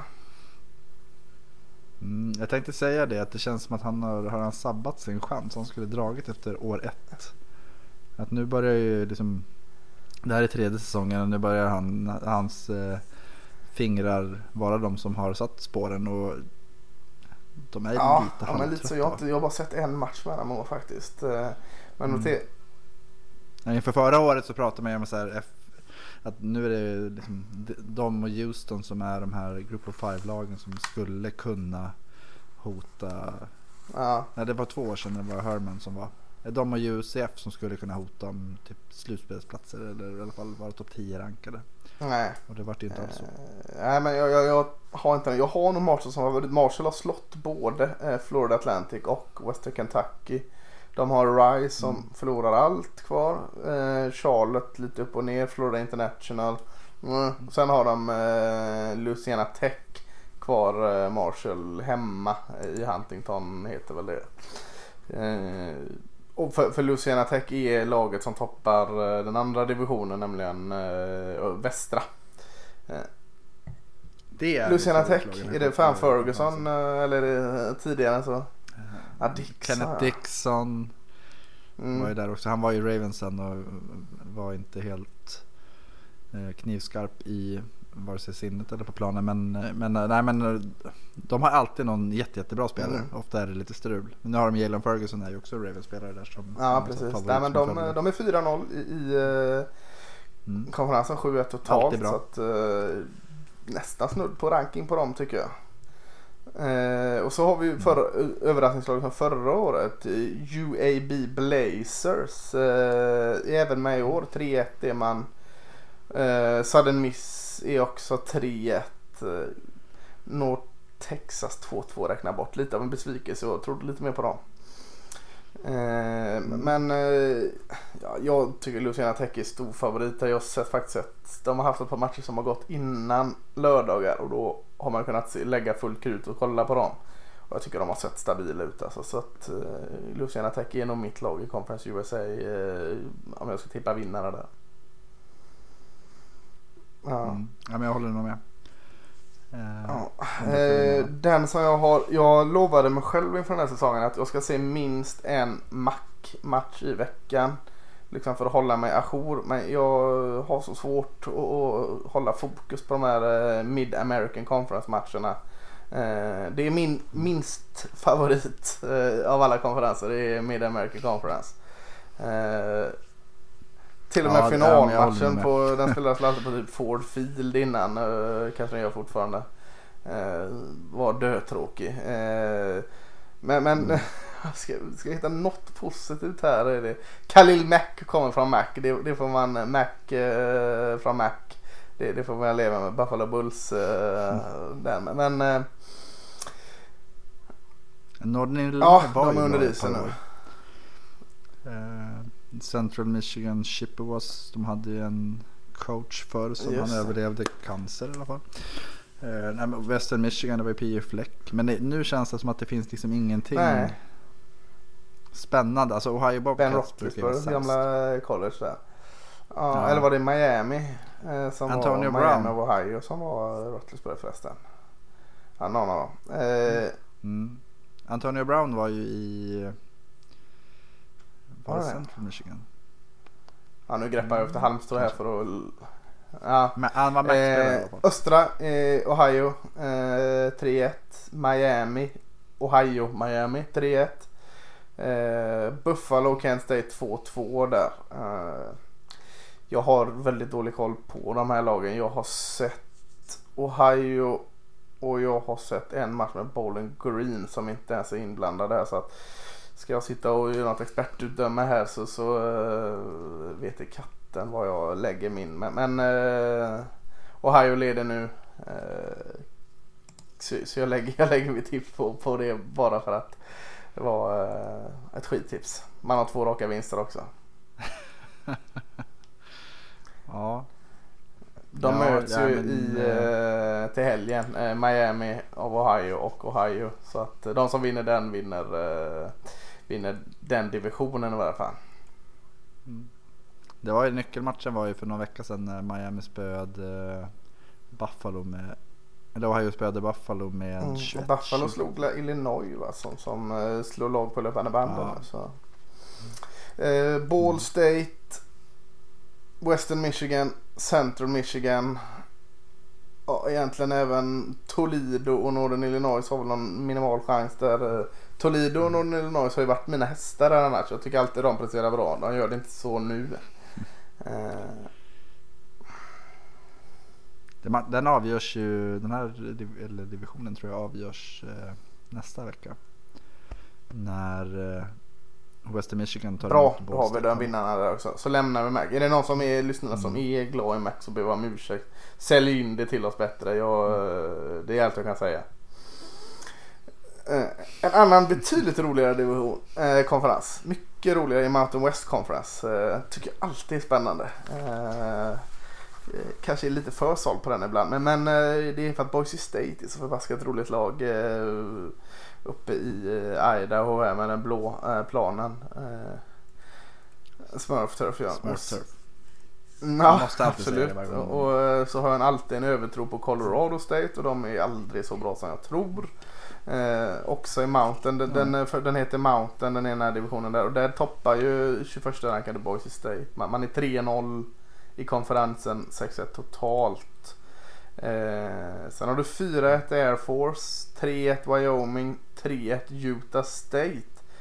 Mm, jag tänkte säga det, att det känns som att han har, har han sabbat sin chans. Han skulle dragit efter år ett. Att nu börjar ju liksom, det här är tredje säsongen och nu börjar han, hans eh, fingrar vara de som har satt spåren, och de är ja, lite ja, men lite så. Jag har, inte, jag har bara sett en match med dem faktiskt. Men mm. det... ja, inför förra året så pratade man om så här, att nu är det liksom de och Houston som är de här Group of Five-lagen som skulle kunna hota. Ja. Nej, det var två år sedan det var Herman som var. De och U C F som skulle kunna hota om typ slutspelsplatser eller i alla fall vara topp tio rankade. Nej. Och det var det inte alls så. Nej, men jag, jag, jag har inte jag har nog Marshall som har Marshall har slått både Florida Atlantic och Western Kentucky. De har Rice som mm. förlorar allt kvar. Eh, Charlotte lite upp och ner. Florida International. Mm. Sen har de eh, Louisiana Tech kvar. Eh, Marshall hemma i Huntington heter väl det. Eh, och för, för Louisiana Tech är laget som toppar eh, den andra divisionen, nämligen eh, västra. Eh, det är Louisiana Tech. Är det fan Ferguson eh, eller är det tidigare så? Ja, Dixon. Kenneth Dixon mm. var ju där också. Han var ju Ravensen och var inte helt eh, knivskarp i vare sig sinnet eller på planen, men, men, nej, men de har alltid någon jätte, jättebra spelare. Mm. Ofta är det lite strul. Men nu har de Jalen Ferguson, är ju också Ravens-spelare där som, ja, precis. Nej, men de, de är fyra noll i, i Mm. konferensen sju ett totalt. Alltid bra. Så att, eh, nästan snudd på ranking på dem tycker jag. Eh, och så har vi förra, överraskningslaget från förra året, U A B Blazers, eh, även med i år. tre ett är man. eh, Sudden Miss är också tre ett. eh, North Texas två två räknar bort, lite av en besvikelse. Jag trodde lite mer på dem. Eh, men eh, ja, jag tycker Louisiana Tech är stor favorit. Jag har sett, faktiskt sett, de har haft ett par matcher som har gått innan lördagar och då har man kunnat se, lägga full krut och kolla på dem. Och jag tycker de har sett stabila ut alltså. Så att eh, Louisiana Tech är nog mitt lag i Conference U S A, eh, om jag ska tippa vinnare där. Ja. Mm. Ja, men jag håller nog med. Uh, ja. eh, den som jag har, jag lovade mig själv inför den här säsongen att jag ska se minst en M A C-match i veckan, liksom för att hålla mig ajour, men jag har så svårt att, att hålla fokus på de här eh, Mid-American Conference-matcherna. eh, det är min minst favorit eh, av alla konferenser, det är Mid-American Conference. eh, Till och med ja, finalmatchen ja, på den spelades alltid på typ Ford Field innan, uh, kanske den gör fortfarande. Uh, var dötråkig. Uh, men men mm. ska, ska jag hitta något positivt här är det. Khalil Mack kommer från Mac. Det, det får man Mac uh, från Mac. Det, det får man leva med. Buffalo Bulls uh, mm. där. Men uh, Northern ja, de är under isen nu. Uh, Central Michigan Chippewas, de hade ju en coach förr som Just. han överlevde cancer i alla fall. Uh, nej, Western Michigan, det var ju P J Fleck. Men det, nu känns det som att det finns liksom ingenting nej. spännande. Alltså Ohio Bobcats brukar vara sämst. Gamla college där. Ja, ja. Eller var det Miami eh, som Antonio var Brown. Miami och Ohio som var Rottlisberg förresten. Ja, någon av dem. Eh, mm. Antonio Brown var ju i var det Central Michigan. Ja, nu greppar jag efter Halmstad här för att ja. Men han var eh, Östra eh, Ohio eh, tre ett. Miami Ohio Miami tre ett. eh, Buffalo Kent State två två där. eh, Jag har väldigt dålig koll på de här lagen. Jag har sett Ohio och jag har sett en match med Bowling Green som inte ens är inblandad där, så att ska jag sitta och göra något expertutdöme här så, så uh, vet jag katten vad jag lägger min. Men, men uh, Ohio leder nu. Uh, så, så jag lägger, jag lägger mitt tips på, på det bara för att det var uh, ett skittips. Man har två raka vinster också. Ja. De ja, möts ja, ju men, i, uh, till helgen. Uh, Miami av Ohio och Ohio. Så att uh, de som vinner den vinner... Uh, vinner den divisionen i alla fall. Mm. Det var ju nyckelmatchen var ju för några veckor sedan när Miami spöade eh, Buffalo med eller Ohio spöade Buffalo med mm. tjugoett. Buffalo slog Illinois va, som, som uh, slog lag på löpande band. Ja. Så. Uh, Ball mm. State, Western Michigan, Central Michigan. Ja, egentligen även Toledo och Northern Illinois har väl någon minimal chans där. Toledo och Northern Illinois har ju varit mina hästar där annars. Jag tycker alltid de presterar bra. De gör det inte så nu. Uh. Den avgörs ju, den här eller divisionen tror jag avgörs eh, nästa vecka. När eh, Western Michigan tar bra, då har vi den vinnarna där också. Så lämnar vi Mac. Är det någon som är lyssnare mm. som är glad i Mac så behöver jag om ursäkt. Sälj in det till oss bättre. Jag, mm. Det är allt jag kan säga. Uh, en annan betydligt roligare division, uh, konferens. Mycket roligare i Mountain West Conference. Uh, tycker jag alltid är spännande. Uh, kanske är lite för såld på den ibland. Men, men uh, det är för att Boise State är så förbaskat roligt lag. Uh, uppe i uh, Idaho med den blå uh, planen. Uh, Smurf Turf, ja. Smurf Turf. Ja, absolut. Och, och så har jag alltid en övertro på Colorado State och de är aldrig så bra som jag tror. Eh, också i Mountain, den, mm. den, för, den heter Mountain, den ena divisionen där, och där toppar ju tjugoförsta rankade Boise State. Man, man är tre noll i konferensen, sex ett totalt. Eh, sen har du fyra ett Air Force, tre ett Wyoming, tre ett Utah State.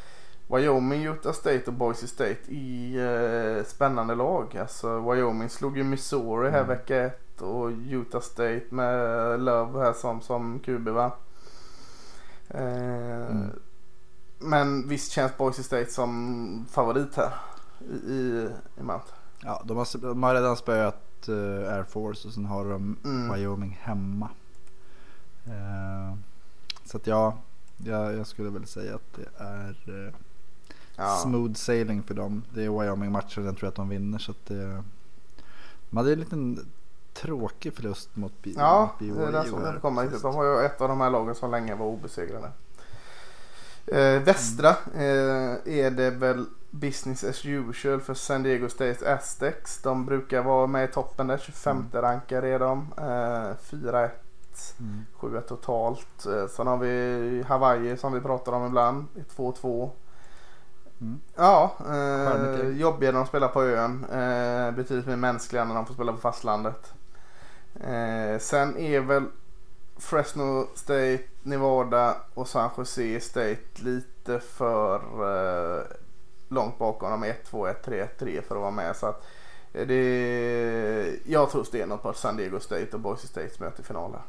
Wyoming, Utah State och Boise State i eh, spännande lag. Alltså Wyoming slog ju Missouri här mm. vecka ett och Utah State med Love här som, som Q B, va? Eh, mm. Men visst känns Boise State som favorit här i, i, i Mount. Ja, de har, de har redan spöat uh, Air Force och sen har de mm. Wyoming hemma. Uh, så att ja, jag, jag skulle väl säga att det är uh, ja. smooth sailing för dem. Det är Wyoming-matchen, den tror jag att de vinner. Så att det, man hade en liten tråkig förlust mot B Y U. Ja, det är den som det kommer hit. De har ju ett av de här lagen som länge var obesegrade. Eh, västra eh, är det väl business as usual för San Diego State Aztecs. De brukar vara med i toppen där. tjugofemte mm. rankar är de. Eh, fyra ett. Mm. sju ett totalt. Eh, sen har vi Hawaii som vi pratar om ibland. två två. Mm. Ja, eh, jobbiga när de spelar på ön. Eh, betydligt mer mänskliga när de får spela på fastlandet. Eh, sen är väl Fresno State, Nevada och San Jose State lite för eh, långt bakom. De är ett två, ett tre, ett tre för att vara med. Så att det, jag tror stenhårt på San Diego State och Boise State möter i finalen.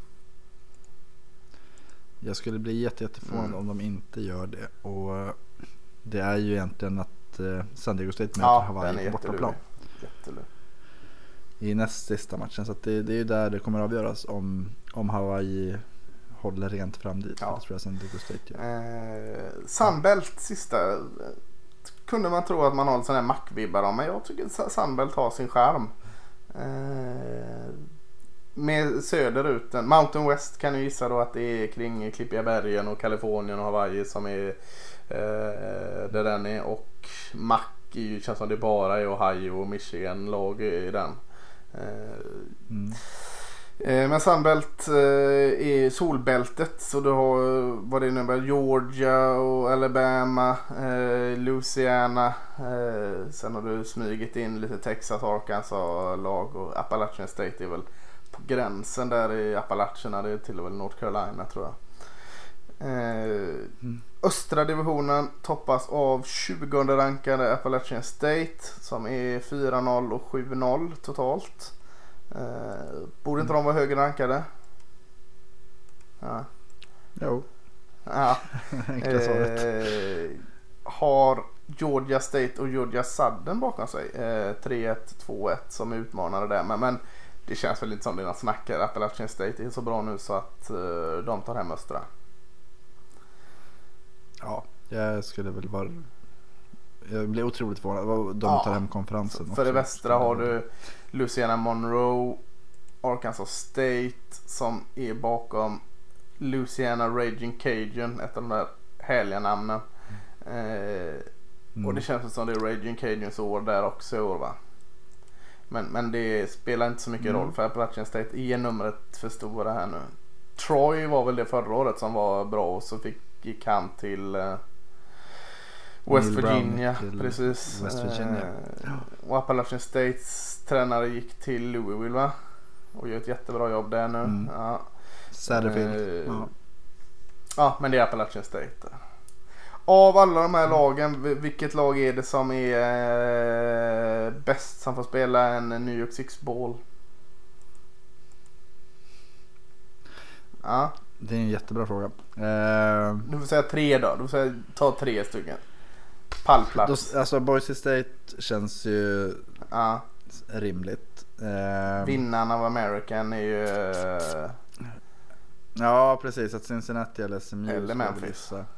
Jag skulle bli jätte, jätteförvånad mm. om de inte gör det. Och det är ju egentligen att eh, San Diego State möter ja, Hawaii på bortaplan i näst sista matchen. Så att det, det är ju där det kommer att avgöras om, om Hawaii håller rent fram dit. Ja. Det tror jag San Diego State gör. Eh, Sunbelt sista kunde man tro att man har en sån här mackvibbar om, men jag tycker Sunbelt har sin charm. Eh, med söderut. Mountain West kan ju gissa då att det är kring Klippiga bergen och Kalifornien och Hawaii som är eh, där den är, och Mac är ju, känns som det bara är Ohio och Michigan lag i den. Eh, mm. eh, men Sunbelt eh, är solbältet, så du har vad det nu är, Georgia och Alabama, eh, Louisiana, eh, sen har du smugit in lite Texas, Arkansas lag, och Appalachian State är väl på gränsen där i Appalacherna, det är till och med North Carolina tror jag. Eh, mm. Östra divisionen toppas av tjugonde rankade Appalachian State som är fyra noll och sju noll totalt. Eh, borde inte mm. de vara högre rankade? Ja. Jo. Ja. eh, har Georgia State och Georgia Southern bakom sig. Eh, tre ett, två ett som utmanade där. Men, men det känns väl inte som det är något snack. Appalachian State är så bra nu så att eh, de tar hem Östra. Ja, jag skulle väl vara... Jag blir otroligt förvånad. De tar ja, hem konferensen. För också. Det västra har du Louisiana Monroe, Arkansas State som är bakom Louisiana Raging Cajun, ett av de där härliga namnen. Eh, mm. Och det känns som det är Raging Cajuns år där också i år, va? Men, men det spelar inte så mycket mm. roll för Appalachian State är numret för stora här nu. Troy var väl det förra året som var bra, och så fick gick han till uh, West Neil Virginia till precis. West Virginia. Uh, och Appalachian States tränare gick till Louisville, va? Och gör ett jättebra jobb där nu. Mm. Ja. Satterfield. Uh, ja. ja, men det är Appalachian State. Av alla de här lagen, vilket lag är det som är uh, bäst som får spela en New York Six Bowl? Ja. Det är en jättebra fråga. Uh, du får säga tre då. Du får säga, ta tre stycken. Pallplats. Då, alltså Boise State känns ju ja. rimligt. Uh, Vinnaren av American är ju... Uh, ja, precis. Att Cincinnati eller S M U eller Memphis. Uh,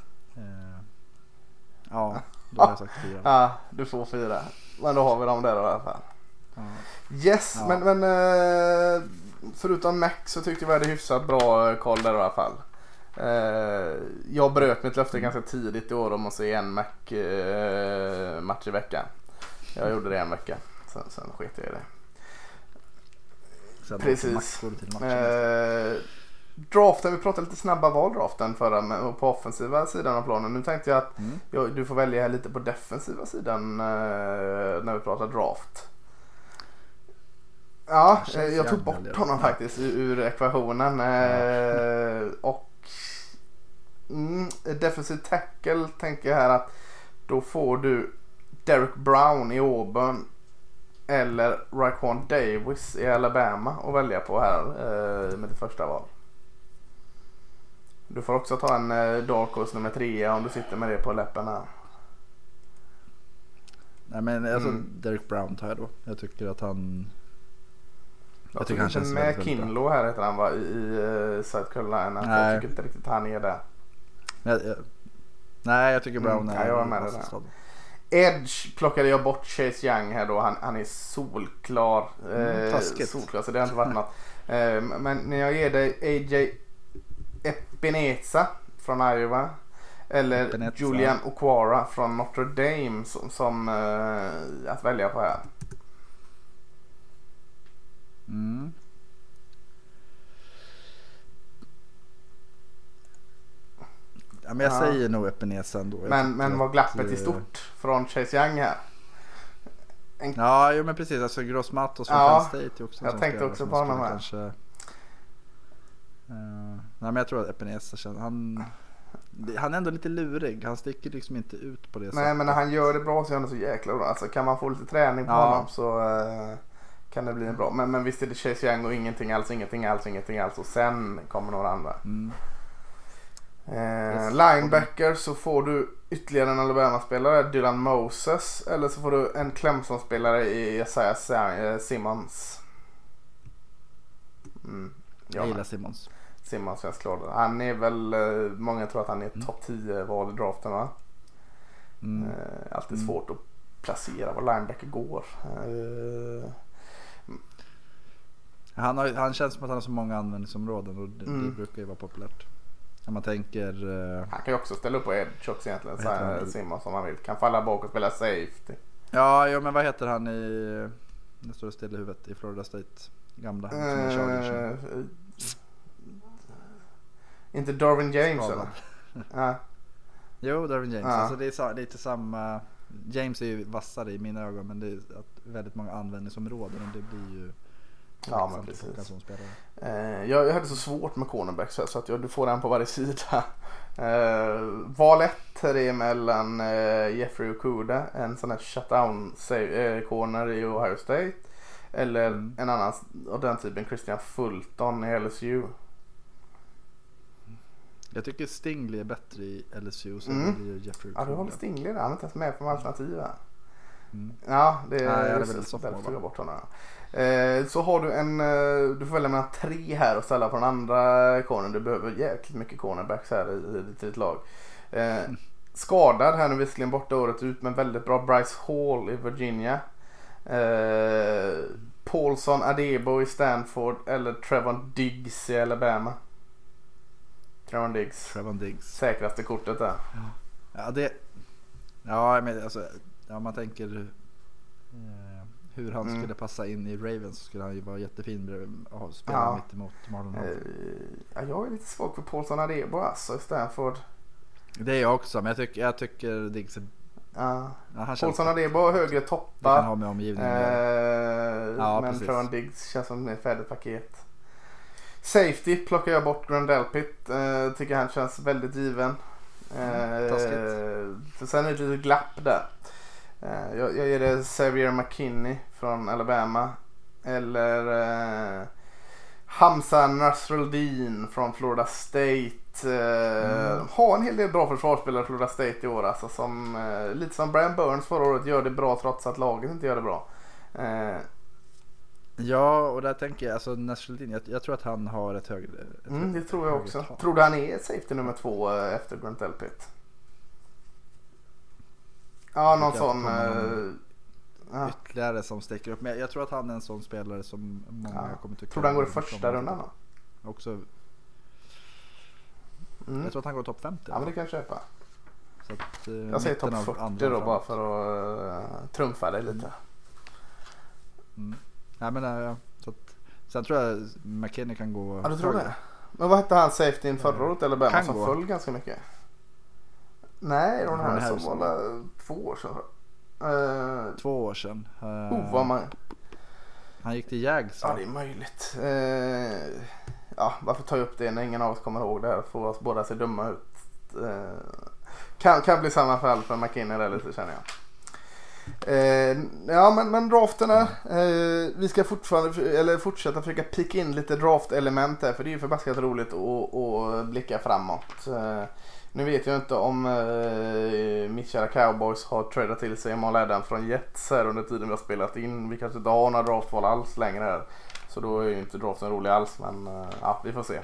ja, då har jag sagt fyra. Ja, du får fyra. Men då har vi dem där i alla fall. Uh. Yes, ja. men... men uh, förutom Mac så tyckte jag vi hade hyfsat bra koll där i alla fall. Eh, jag bröt mitt löfte ganska tidigt i år om att se en Mac eh, match i veckan. Jag gjorde det en vecka. Sen, sen sket jag i det. Sen precis. Eh, draften, vi pratade lite snabba valdraften förra på offensiva sidan av planen. Nu tänkte jag att mm. jag, du får välja lite på defensiva sidan eh, när vi pratar draft. Ja, jag, jag tog bort honom ja. faktiskt ur, ur ekvationen. Eh, och mm, defensive tackle tänker jag här att Då får du Derek Brown i Auburn eller Raekwon Davis i Alabama att välja på här eh, med det första val. Du får också ta en eh, dark horse nummer tre om du sitter med det på läpparna. Nej men alltså Mm. Derek Brown tar jag då. Jag tycker att han Jag, jag tycker han känns med väldigt, Kinlo här heter han, va, i, i uh, South Carolina. Nej. Jag tycker inte riktigt han är där. jag, jag, Nej jag tycker Brown Mm, är ja, jag är med vassast det av dem. Edge plockade jag bort Chase Young här då. Han, han är solklar. Mm, eh, taskigt. solklar så det har inte varit något. Eh, men när jag ger dig A J Epineza från Iowa eller Epineza. Julian Okwara från Notre Dame som, som eh, att välja på här. Mm. Ja, men jag Ja. säger nog Epineza ändå. Jag Men, tycker men var att, glappet eh, är stort från Chase Young här. En, Ja, jo, men precis. Alltså Gross Matos från Ja, Penn State är också en jag sån tänkte spelare också som på honom skulle här. Kanske, uh, nej, men jag tror att Epineza känner, han, det- han är ändå lite lurig. Han sticker liksom inte ut på det nej sättet. men när han gör det bra så gör han det så jäkla bra. Alltså kan man få lite träning på Ja. honom så eh, kan det bli en bra. Men, men visst är det Chase Young och ingenting alls, ingenting alls, ingenting alls. Och sen kommer några andra. Mm. Eh, Yes. linebacker så får du ytterligare en Alabama-spelare, Dylan Moses. Eller så får du en Clemson-spelare i Isaiah Sa- eh, Simmons. Mm, Jag ja, gillar Simmons. Simmons jag klar. Han är väl, eh, många tror att han är Mm. topp tio val i draften, va? Mm. Eh, alltid Mm. svårt att placera var linebacker går. Eh, Han, har, han känns som att han har så många användningsområden och det, Mm. det brukar ju vara populärt. När man tänker... eh, han kan ju också ställa upp på edge också egentligen. Vad Så heter här, han? Simmons om han vill. Kan falla bak och spela safety. Ja, ja, men vad heter han i... Det står still i huvudet i Florida State. Gamla. som är Chargers. Eh, inte Darwin James Skadad. eller? Ja. Jo, Darwin James. Ja. Alltså det är sa- lite samma... James är ju vassare i mina ögon, men det är att väldigt många användningsområden och det blir ju... Ja, men liksom precis. plocka en sån spelare. Eh, jag, jag hade så svårt med cornerbacks så att jag, du får en på varje sida. Eh, val ett här är mellan eh, Jeffrey Okuda, en sån här shutdown save, eh, corner i Ohio State. Eller Mm. en annan av den typen, Christian Fulton i L S U. Jag tycker Stingley är bättre i L S U så Mm. det blir Jeffrey Ja, du Okuda. håller Stingley där. Han är inte ens med på alternativ här. Mm. Ja, det Nej, jag är hade just väl det. sophomore, Därför tog jag va? bort honom. Eh, så har du en, eh, du får välja mellan tre här och ställa på den andra corner. Du behöver jäkligt mycket cornerbacks här i, i ditt lag. Eh, skadad här nu visserligen borta året ut, men väldigt bra. Bryce Hall i Virginia. Eh, Paulson Adebo i Stanford eller Trevon Diggs i Alabama. Trevon Diggs. Trevon Diggs. Säkraste kortet där. Ja, det... Ja, men alltså... Ja, man tänker... Eh, hur han Mm. skulle passa in i Ravens så skulle han ju vara jättefin bredvid- och spela Ja. mitt emot Marlon Eh, Humphrey. ja, jag är lite svag för Paulson Adebo alltså i Stanford. Det är jag också, men jag tycker, jag tycker Diggs är... Ja. Ja, han känns... Paulson Adebo har högre Det kan toppar. ha med omgivningen att göra. Eh, Ja, men precis. Trevon Diggs känns som ett färdigt paket. Safety plockar jag bort Grand Delpit. Eh, tycker han känns väldigt given. Mm, Eh, taskigt. så sen är det ett litet glapp där. Eh, jag, jag ger det Xavier McKinney från Alabama. Eller eh, Hamza Nasruddin från Florida State. Eh, Mm. Har en hel del bra försvarsspelare i Florida State i år. Alltså, som, eh, lite som Brian Burns förra året gör det bra trots att laget inte gör det bra. Eh, Ja, och där tänker jag, alltså Nasruddin, jag, jag tror att han har ett högre... Ett mm, högre- det tror jag högre också. tal. Tror du han är safety nummer två eh, efter Grant Delpit? Ja, någon tycker att sån. det kommer Eh, ja. Ytterligare som sticker upp. Men jag, jag tror att han är en sån spelare som många Ja. kommer tycka Tror du han går i mycket om. första rundan då? Också, Mm. jag tror att han går topp femtio. Ja, men det kan jag köpa. Så att, eh, Jag säger mitten topp av fyrtio andra då framåt. bara för att uh, trumfa dig lite. Mm. Nej, men, äh, ja. Så att, sen tror jag McKinney kan gå... Ja, du tror högre. det? Men vad hette han safety in förra året eller Alabama Kan som gå. föll ganska mycket? Nej, Ron Ron Harrison Harrison. var väl två år sedan. Uh, Två år sedan. Eh, oh, vad man... Han gick till Jags. Ja, va? det är möjligt. Eh, ja, varför tar jag upp det när ingen av oss kommer ihåg det här? Får oss båda se dumma ut Eh, kan, kan bli samma fall för McKinney där lite, känner jag. Eh, ja men, men drafterna, eh, vi ska fortfarande eller fortsätta försöka picka in lite draftelement där, för det är ju förbaskat roligt att, att blicka framåt. Eh, nu vet jag inte om eh, mitt kära Cowboys har tradat till sig Jamal Adams från Jets här under tiden vi har spelat in. Vi kanske inte har några draftval alls längre här, så då är ju inte draften rolig alls, men eh, ja, vi får se.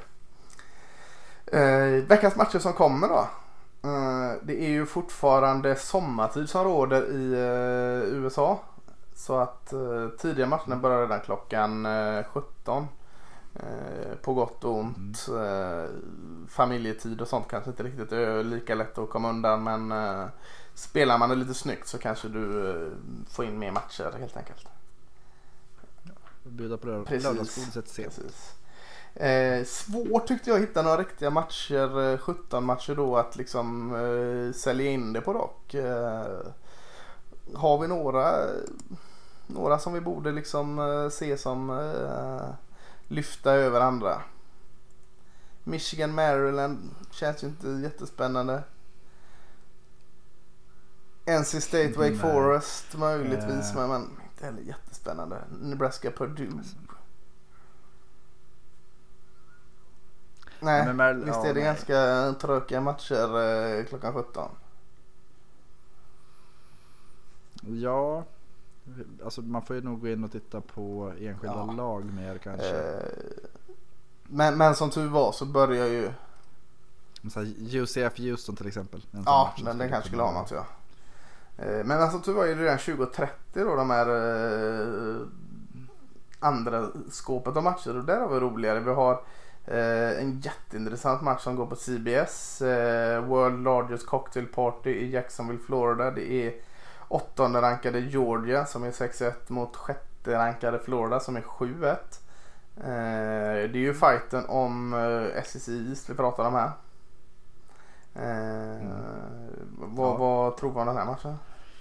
Eh, veckans matcher som kommer då. Uh, det är ju fortfarande sommartid som råder i uh, U S A, så att uh, tidiga matcherna börjar redan klockan uh, sjutton, uh, på gott och ont. Uh, familjetid och sånt kanske inte riktigt är lika lätt att komma undan, men uh, spelar man det lite snyggt så kanske du uh, får in mer matcher helt enkelt. Bjuda på lördagsgodiset sent. Eh, svårt tyckte jag att hitta några riktiga matcher, eh, sjutton matcher då, att liksom eh, sälja in det på dock. Eh, har vi några några som vi borde liksom eh, se som eh, lyfta över andra? Michigan, Maryland känns ju inte jättespännande. N C State, Wake Nej. Forest möjligtvis, uh. men, men inte heller jättespännande. Nebraska, Purdue. Nej, men Merl- visst är det ja, ganska tråkiga matcher eh, klockan sjutton. Ja, alltså man får ju nog gå in och titta på enskilda ja. lag mer kanske. Eh, men, men som tur var så börjar ju så U C F Houston till exempel. Ja, men den kanske skulle ha något, ja. Eh, men alltså tur var ju redan tjugo trettio då, de här eh, andra skåpet av matcher, och där har vi roligare. Vi har Uh, en jätteintressant match som går på C B S, uh, World Largest Cocktail Party i Jacksonville, Florida. Det är åttonde rankade Georgia som är sex ett mot sjätte rankade Florida som är sju ett. Uh, det är ju fighten om uh, S E C East vi pratar om här. Uh, mm. vad, ja. vad tror du om den här matchen?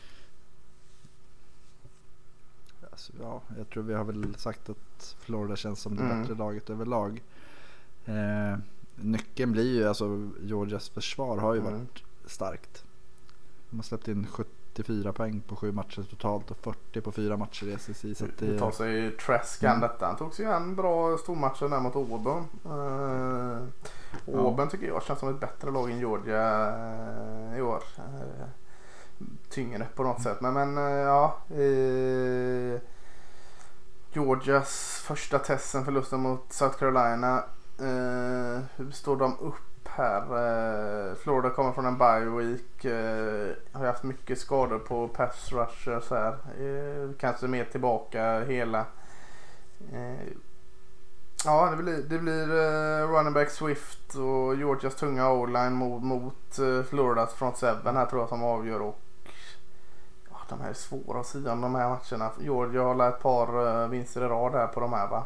Alltså, ja, jag tror vi har väl sagt att Florida känns som det mm. bättre laget överlag. Eh, nyckeln blir ju, alltså Georgias försvar har ju mm. varit starkt. De har släppt in sjuttiofyra poäng på sju matcher totalt och fyrtio på fyra matcher i S E C. Så att det, det tar sig Trescan mm. detta. Han tog sig en bra stormatcher där mot Auburn. Uh, Auburn ja. tycker jag känns som ett bättre lag än Georgia uh, i år. Uh, tyngre på något mm. sätt. Men, men uh, ja... Uh, Georgias första testen, förlusten mot South Carolina. Uh, hur står de upp här? Uh, Florida kommer från en bye week. Uh, har haft mycket skador på pass rushers här. Uh, kanske mer tillbaka hela. Uh, ja, det blir, det blir uh, running back Swift och Georgias tunga O-line mot, mot uh, Floridas front seven här tror jag som avgör. Och uh, de här är svåra att säga om de här matcherna. Georgia har ett par uh, vinster i rad här på de här, va?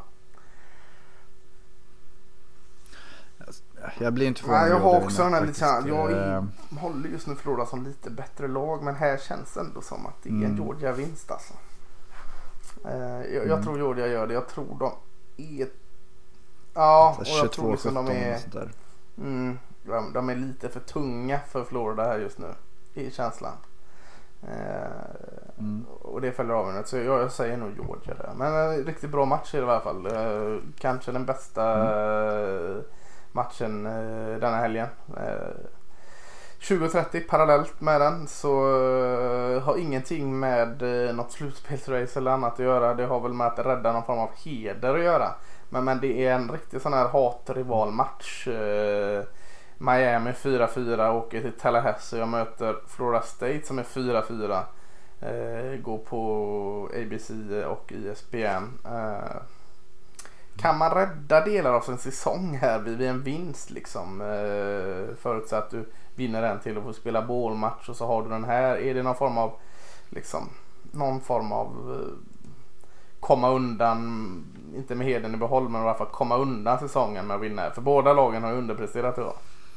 Jag blir inte förvånad. Nej, jag har också den här lite, jag är, håller just nu Florida som lite bättre lag, men här känns det ändå som att det är en mm. Georgia vinst alltså. Eh, jag, jag mm. tror Georgia gör det. Jag tror de är ja, och jag tror liksom de är mm, de, de är lite för tunga för Florida här just nu i känslan. Eh, mm. Och det fäller av, så jag, jag säger nog Georgia där. Men en riktigt bra match i alla fall. Eh, kanske den bästa mm. matchen eh, denna helgen. Eh, tjugo trettio parallellt med den, så eh, har ingenting med eh, något slutspelsrace eller annat att göra. Det har väl med att rädda någon form av heder att göra. Men, men det är en riktig sån här hatrivalmatch. Eh, Miami fyra fyra åker till Tallahassee och möter Florida State som är fyra fyra. Eh, går på A B C och E S P N. Eh, kan man rädda delar av sin säsong här vid en vinst liksom? Eh, förutsatt att du vinner den till att få spela bollmatch och så har du den här. Är det någon form av liksom någon form av eh, komma undan, inte med heden i behåll, men i alla fall komma undan säsongen med att vinna? För båda lagen har underpresterat idag.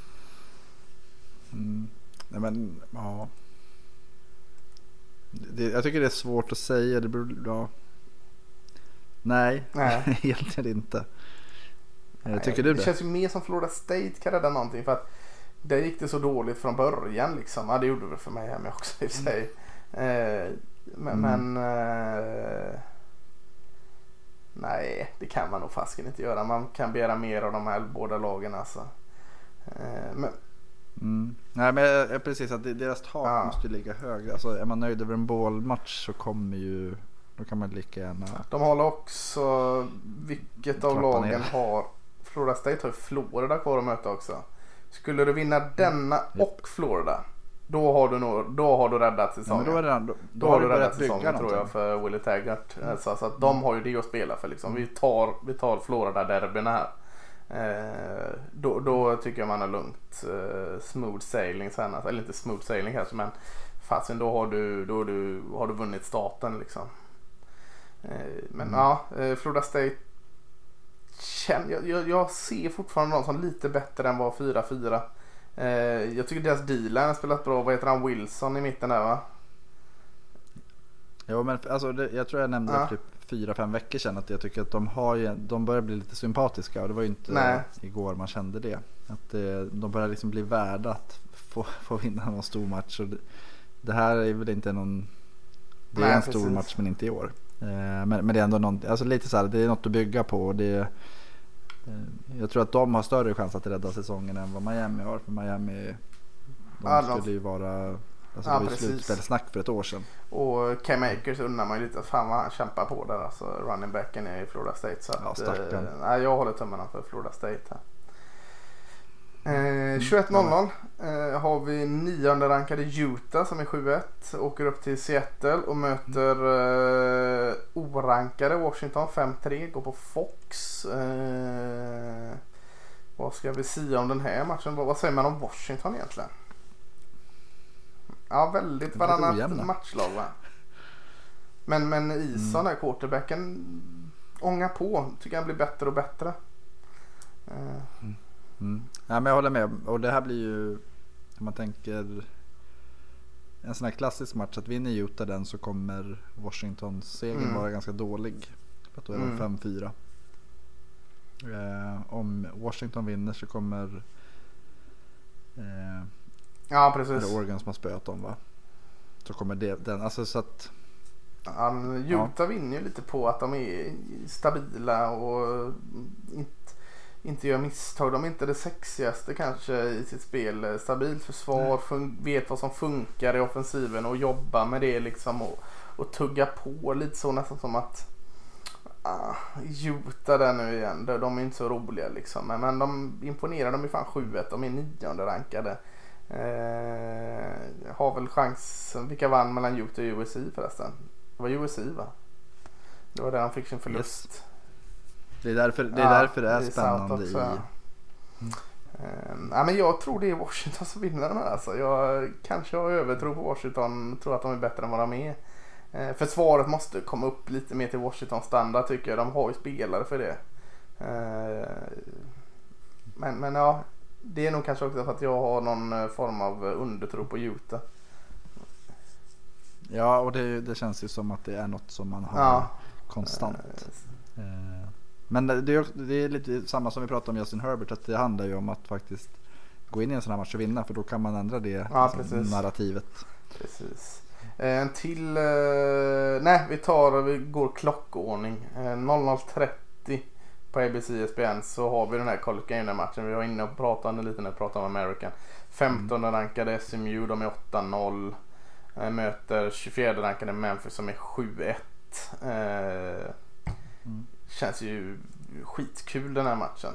Mm. Nej, men ja. Det, jag tycker det är svårt att säga. Det beror, ja. Nej, Nej. egentligen inte. Nej, tycker du det? Det känns ju mer som Florida State kan rädda någonting, för att där gick det så dåligt från början liksom. Ja, det gjorde det för mig hemma också i och för sig. Eh, men Mm. men eh, nej, det kan man nog fasken inte göra. Man kan begära mer av de här båda lagen alltså. Eh, men Mm. Nej, men eh, precis att det- deras tak Ja. måste ju ligga högre. Alltså är man nöjd över en bålmatch så kommer ju, då kan man lika gärna. de håller också, vilket av Trappa lagen ner. har, Florida State har ju Florida kvar att möta också. Skulle du vinna denna och Florida, då har du nog, då har du räddat Ja, säsongen. men då, är det, då, då, Då har har du du börjat räddat bygga säsongen tror jag någonting. för Willie Taggart. Alltså, så att de har ju det att spela för liksom. Vi tar, vi tar Florida-derbyna här. Eh, då, då tycker jag man har lugnt. Eh, smooth sailing sen. Alltså, eller inte smooth sailing kanske, men fasen då har du, då har du, har du vunnit starten liksom. Eh, men Mm. ja, eh, Florida State känner, jag, jag, jag ser fortfarande dem som lite bättre än vad fyra fyra. Eh, jag tycker deras D-line har spelat bra. Vad heter han? Wilson i mitten där va? Jo, men alltså, det, jag tror jag nämnde Ja. för typ fyra, fem veckor sedan att jag tycker att de har ju, de börjar bli lite sympatiska och det var ju inte Nej. igår man kände det. Att det, de börjar liksom bli värda att få, få vinna någon stor match. Och det, det här är väl inte någon, det är Nej, en stor precis. match men inte i år. Eh, men, men det är ändå någon, alltså lite så här, det är något att bygga på. Och det, eh, jag tror att de har större chans att rädda säsongen än vad Miami har. För Miami, de Ja, de- skulle ju vara, alltså Ja, det var ju precis. slutspelssnack för ett år sedan. Och Cam Akers undrar man ju lite, fan vad han kämpar på där alltså, running backen i Florida State. Så Ja, att, stackarn. eh, nej, jag håller tummarna för Florida State här. Eh, tjugoett noll noll eh, har vi nionde rankade Utah som är sju ett. Åker upp till Seattle och möter eh, orankade Washington fem tre. Går på Fox. Eh, vad ska vi säga om den här matchen? Vad, vad säger man om Washington egentligen? Ja, väldigt Väldigt varannat ojämna. matchlag va? Men, men Ison här, quarterbacken, ångar på. Tycker han blir bättre och bättre. Eh, Mm. Ja, men jag håller med. Och det här blir ju, om man tänker en sån här klassisk match, att vinner Utah den så kommer Washingtons seger Mm. vara ganska dålig. För att då är de Mm. fem fyra. Eh, om Washington vinner så kommer eh, ja, är precis. det Oregon som har spöat dem va? Så kommer det, den, alltså så att Ja, men Utah vinner ju lite på att de är stabila och inte, inte gör misstag. De är inte det sexigaste kanske i sitt spel. Stabilt försvar, fun- vet vad som funkar i offensiven och jobbar med det liksom och, och tugga på lite så nästan som att ah, Utah där nu igen. De är inte så roliga liksom. Men, men de imponerar, de är fan sju ett. De är nionde rankade. Eh, har väl chans. Vilka vann mellan Utah och U S C förresten? Det var U S C va? Det var där han fick sin förlust. Yes. det är därför det är, Ja, därför det är South spännande också, i ja. Mm. Ja, men jag tror det är Washington som vinner den här alltså. Jag kanske har övertro på Washington. Tror att de är bättre än vad de är. Eh, försvaret måste komma upp lite mer till Washingtons standard tycker jag. De har ju spelare för det. Eh, men, men ja, det är nog kanske också för att jag har någon form av undertro på Utah. Ja, och det, det känns ju som att det är något som man har Ja. konstant. Eh, Men det är, det är lite samma som vi pratade om Justin Herbert, att det handlar ju om att faktiskt gå in i en sån här match och vinna, för då kan man ändra det Ja, liksom, precis. narrativet. Precis. En till, eh, nej vi tar, vi går klockordning. Eh, noll noll trettio på A B C E S P N så har vi den här college game matchen. Vi var inne och pratade lite när vi pratade om American. femtonde rankade S M U, de är åtta noll. Eh, möter tjugofjärde rankade Memphis som är sju ett. Eh, Mm. Känns ju skitkul den här matchen.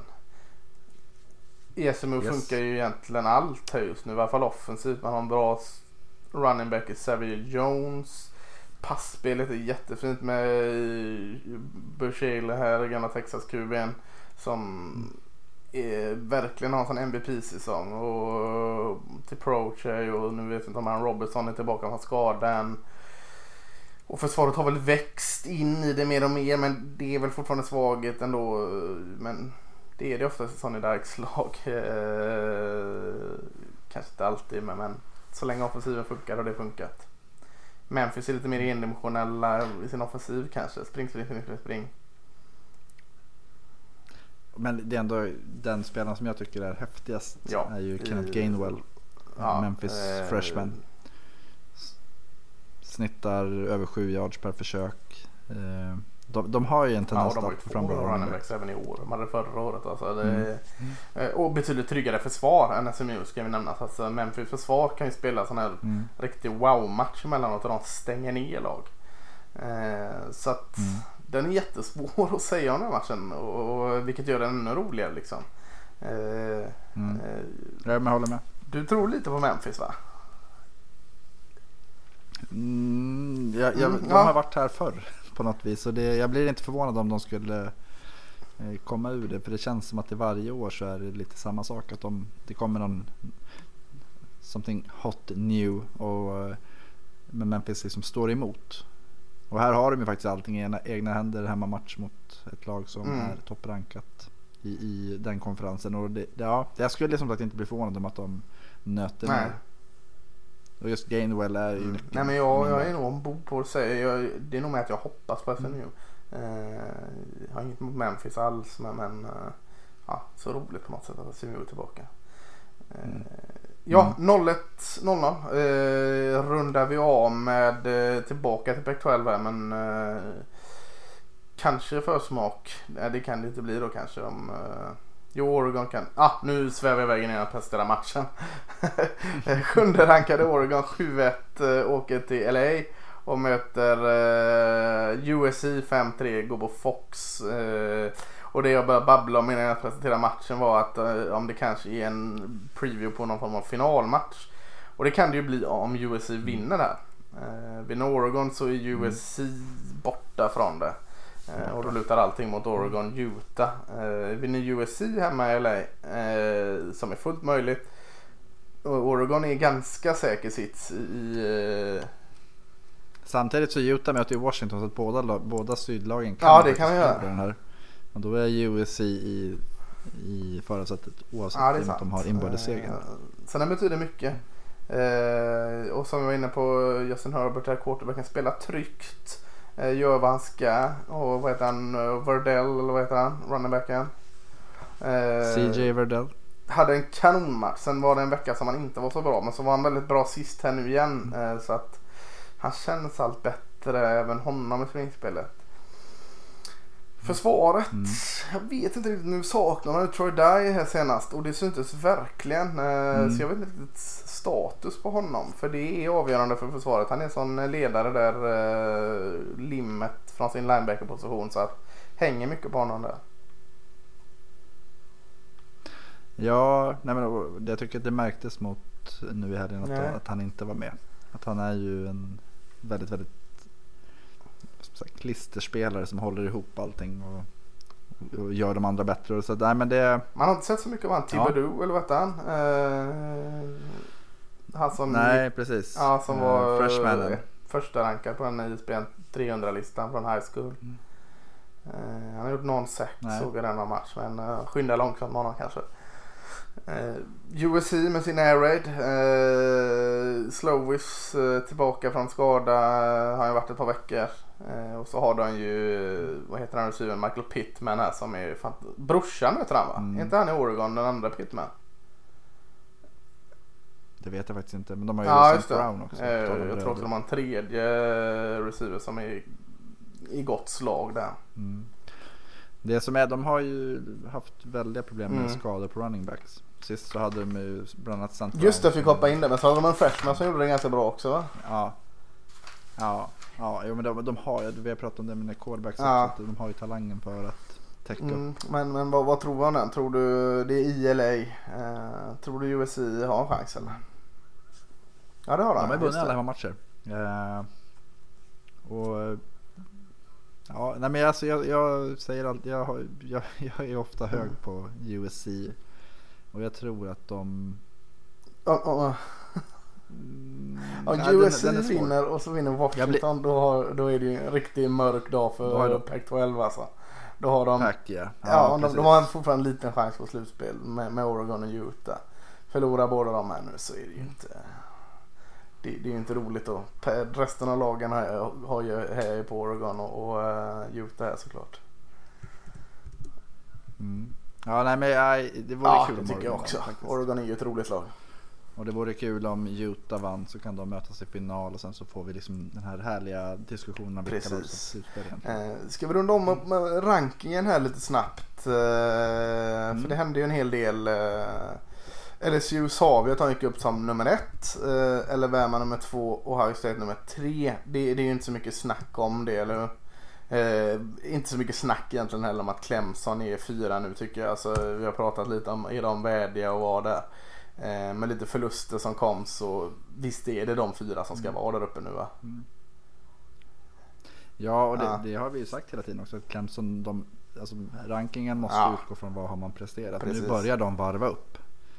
E S M U Yes. funkar ju egentligen allt här just nu. I alla fall offensivt. Man har en bra running back i Xavier Jones. Passspelet är jättefint med Bushale här, gamla Texas-Q B:n som är, verkligen har en sån M V P-säsong. Och till Proach och nu vet jag inte om han Robertson är tillbaka från skadan. Och försvaret har väl växt in i det mer och mer, men det är väl fortfarande svaghet ändå. Men det är det oftast i Sonny Dykes lag. Eh, kanske inte alltid, men, men så länge offensiven funkar har det funkat. Memphis är lite mer endimensionella i sin offensiv kanske. Spring, spring, spring, spring, spring. Men det är ändå den spelaren som jag tycker är häftigast ja, är ju Kenneth i, Gainwell. Ja, Memphis eh, freshman. Snittar över sju yards per försök. Eh, de, de har ju en tendens ja, att få fram bra running backs även i år. De hade förra året. Alltså. Det, mm. Mm. Och betydligt tryggare försvar än S M U ska vi nämna. Alltså, Memphis försvar kan ju spela sån här mm. riktig wow-match emellanåt och de stänger ner lag. Eh, så att mm. den är jättesvår att säga om den matchen. Och, och, vilket gör den ännu roligare liksom. Eh, mm. eh, jag håller med. Du tror lite på Memphis, va? Mm, jag, jag, mm, de ja. har varit här förr på något vis. Och det, jag blir inte förvånad om de skulle eh, komma ur det. För det känns som att det varje år så är det lite samma sak. Att de, det kommer någon something hot new. Och men Memphis liksom står emot. Och här har de ju faktiskt allting i egna, egna händer. Hemmamatch mot ett lag som mm. är topprankat i, i den konferensen. Och det, ja, jag skulle som sagt inte bli förvånad om att de nöter med. Och just Gainwell är ju... Mm. Nej, men jag, jag är nog ombord på att säga. Jag, det är nog med att jag hoppas på S M U. Mm. Eh, jag har inget mot Memphis alls. Men, men eh, ja, så roligt på något sätt att S M U är tillbaka. Eh, mm. Ja, noll ett noll noll. Eh, rundar vi av med eh, tillbaka till Pac tolv här. Men eh, kanske försmak. Nej, det kan det inte bli då kanske om... Eh, Jo, Oregon kan... Ah, nu svävar jag iväg in att prestera matchen. Sjunde rankade Oregon sju ett äh, åker till L A och möter äh, U S C fem tre, går på Fox. Äh, och det jag började babbla om innan jag presenterade matchen var att äh, om det kanske är en preview på någon form av finalmatch. Och det kan det ju bli om U S C vinner där. Äh, vinner Oregon så är U S C borta från det. Eh, och då lutar allting mot Oregon, Utah. Eh, vinner U S C hemma i L A eh, som är fullt möjligt. Och Oregon är ganska säker sits i... Eh... Samtidigt så Utah möter ju Washington så att båda, båda sydlagen kan ja, det kan vi göra. Den här. Och då är U S C i, i förarsättet oavsett ja, om att de har inbördesseger. Eh, så det betyder mycket. Eh, och som vi var inne på, Justin Herbert här, quarterbacken spelar tryggt. Gör vad han ska. Och vad heter han? Verdell eller vad heter han? Runningbacken. Eh, C J Verdell. Hade en kanonmatch. Sen var det en vecka som han inte var så bra. Men så var han väldigt bra sist här nu igen. Mm. Eh, så att han känns allt bättre. Även honom i springspelet. Försvaret. Mm. Jag vet inte riktigt. Nu saknar man ju Troy Dye här senast. Och det syntes verkligen. Eh, mm. Så jag vet inte riktigt status på honom. För det är avgörande för försvaret. Han är sån ledare där. Eh, limmet från sin linebacker-position. Så att hänger mycket på honom där. Ja, nej men jag tycker att det märktes mot nu i helgen att, att han inte var med. Att han är ju en väldigt, väldigt säga, klisterspelare som håller ihop allting och, och gör de andra bättre. Och så, nej, men det... Man har inte sett så mycket av han Thibodeau, ja. Eller vad heter han? Eh, han som nej, gick, precis. Ja, som var freshman. Första rankad på den I S B N trehundra-listan från high school. Mm. Eh, han har gjort någon sack, såg jag den här match, men uh, skynda långsamt med honom kanske. Uh, U S C med sin air raid. uh, Slovis uh, tillbaka från skada, uh, har ju varit ett par veckor. uh, och så har de ju uh, vad heter han receiven, Michael Pittman här som är fan, brorsan heter han va? Mm. Är inte han i Oregon den andra Pittman? Det vet jag faktiskt inte, men de har ju ja, Saint Brown också. uh, jag tror också de har en tredje receiver som är i gott slag där. Mm. Det som är, de har ju haft väldiga problem med mm. skador på running backs. Sist så hade de ju bland annat Saint Just det, fick hoppa in där, men så hade de en freshman som gjorde det ganska bra också va? Ja. Ja, ja, jo, men de, de har ju, vi har pratat om det med quarterbacks ja. också, de har ju talangen för att täcka mm, upp. Men, men vad, vad tror du om den? Tror du det är i L A? Uh, tror du U S C har en chans eller? Ja, det har de. De har vunnit alla hemmamatcher. Uh, och ja, nej men alltså jag, jag säger alltid, jag, har, jag, jag är ofta hög mm. på U S C och jag tror att de oh, oh, oh. Mm, om ja, U S C den, den vinner och så vinner Washington blir... då, har, då är det ju en riktigt mörk dag för Pac tolv alltså. Då har de, Pac, yeah. ja, ja, de, de har fortfarande en liten chans på slutspel med, med Oregon och Utah. Förlorar båda de här nu så är det ju inte det, det är ju inte roligt då. Resten av lagen har, har ju här på Oregon och, och uh, Utah här såklart. Mm. Ja, nej, men nej, det vore ja, kul det om tycker jag Oregon också. vann, faktiskt. Oregon är ju ett roligt lag. Och det vore kul om Utah vann, så kan de mötas i final och sen så får vi liksom den här härliga diskussionen om vilka lag som slutspel egentligen. Eh, ska vi runda om med rankingen här lite snabbt? Eh, Mm. För det hände ju en hel del. Eh, L S U sa vi att han gick upp som nummer ett. Eh, Alabama nummer två och Ohio State nummer tre. Det, det är ju inte så mycket snack om det, eller hur? Eh, inte så mycket snack egentligen heller om att Clemson är fyra nu, tycker jag. Alltså, vi har pratat lite om, är de värdiga och vad där. Eh, med lite förluster som kom, så visst är det de fyra som ska vara där uppe nu, va? Mm. Ja, och det, Ja. det har vi ju sagt hela tiden också, att Clemson, de, alltså, rankingen måste Ja. utgå från vad har man presterat. Precis. Nu börjar de varva upp.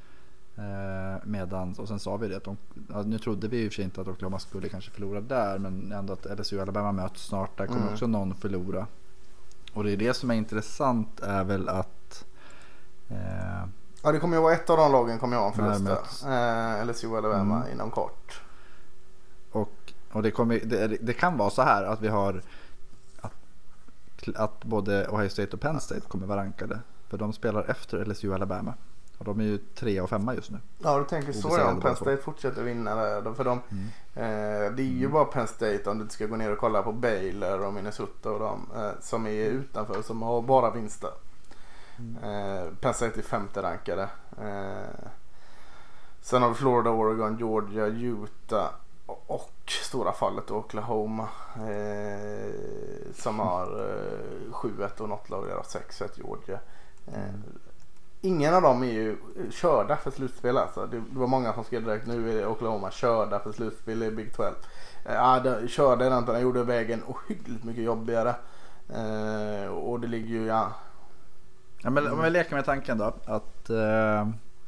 Eh, medans, och sen sa vi det att de, ja, nu trodde vi ju för sig inte att Oklahoma skulle kanske förlora där, men ändå att L S U och Alabama möts snart, där kommer Mm. också någon förlora. Och det är det som är intressant, är väl att eh, Ja, det kommer ju vara ett av de lagen kommer jag ha en förlust Nej, där. Eh, L S U och Alabama Mm. inom kort. och, och det, kommer, det, det kan vara så här att vi har att, att både Ohio State och Penn State kommer vara rankade, för de spelar efter L S U och Alabama. Och de är ju tre och femma just nu. Ja, du tänker så, ja, om Penn State fortsätter vinna där. För de, Mm. eh, det är ju bara Penn State, om du ska gå ner och kolla på Baylor och Minnesota och de eh, som är utanför, som har bara vinster. Mm. Eh, Penn State är femte rankade. Eh, sen har vi Florida, Oregon, Georgia, Utah och, och stora fallet Oklahoma. Eh, som har eh, sju ett och något lag där har sex ett Georgia. Eh, Mm. Ingen av dem är ju körda för slutspel, alltså. Det var många som skrev direkt, nu är det Oklahoma körda för slutspel i Big tolv. Ja, de körde den inte, de gjorde vägen ohyggligt mycket jobbigare. Eh, och det ligger ju, ja. Ja, men om vi leker med tanken då att eh,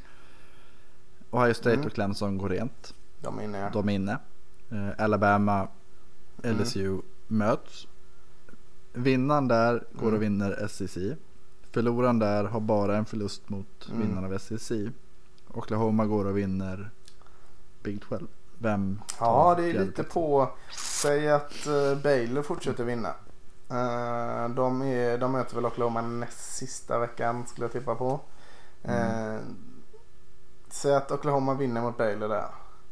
Ohio State Mm. och Clemson går rent. De är inne. De är inne. Eh, Alabama, Mm. L S U möts. Vinnaren där går Mm. och vinner S E C. Förloraren där har bara en förlust mot Mm. vinnaren av S E C. Oklahoma går och vinner Big tolv. Vem tar Ja, det är lite fjärdeplatsen? på. Säg att uh, Baylor fortsätter vinna. Uh, de, är, de möter väl Oklahoma näst sista veckan, skulle jag tippa på. Uh, säg att Oklahoma vinner mot Baylor där.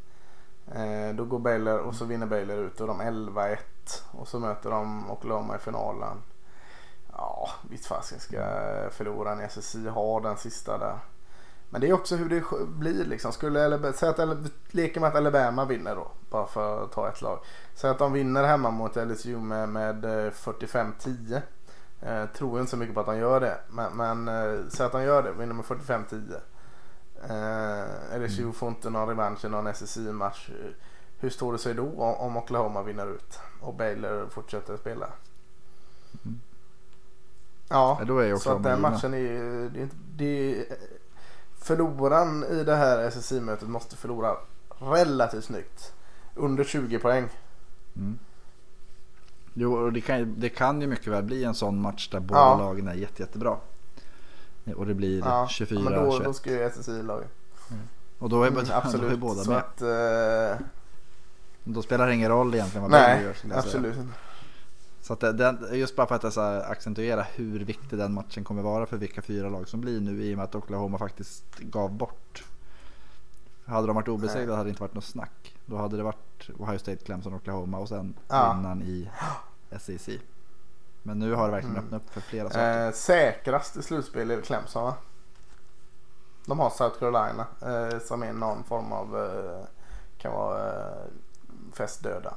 Uh, då går Baylor och så vinner Baylor ut och de elva ett. Och så möter de Oklahoma i finalen. Ja, visst fasiken ska förloraren i S E C ha den sista där. Men det är också hur det blir liksom. Skulle Alabama, säg att Alabama, leker med att Alabama vinner då, bara för att ta ett lag. Säg att de vinner hemma mot L S U med, med fyrtiofem tio. Eh, tror jag inte så mycket på att de gör det. Men, men eh, säg att de gör det, vinner med fyrtiofem tio. Eh, L S U får inte någon revansch i någon S E C-match. Hur står det sig då om Oklahoma vinner ut och Baylor fortsätter spela? Mm. Ja, Ja, då är så Oklahoma att den givna. matchen är, det, det, förloraren i det här S E C-mötet måste förlora relativt snyggt. Under tjugo poäng. Mm. Jo, och det kan, det kan ju mycket väl bli en sån match där båda Ja. lagen är jätte, jättebra. Och det blir Ja, tjugofyra men då, tjugoett. då ska ju S E C-laget. Och då är, Mm, då är absolut. båda Så med. att, eh, Då spelar det ingen roll egentligen vad Baylor nej, gör, skulle jag säga. absolut inte. Så att det, den, just bara för att jag så här accentuera hur viktig den matchen kommer vara för vilka fyra lag som blir nu, i och med att Oklahoma faktiskt gav bort. Hade de varit obesegrade Nej. hade det inte varit något snack. Då hade det varit Ohio State, Clemson, Oklahoma och sen Ja. vinnaren i S E C. Men nu har det verkligen Mm. öppnat upp för flera saker. Eh, säkrast i slutspel är Clemson, va? De har South Carolina eh, som är någon form av eh, kan vara eh, fästdöden.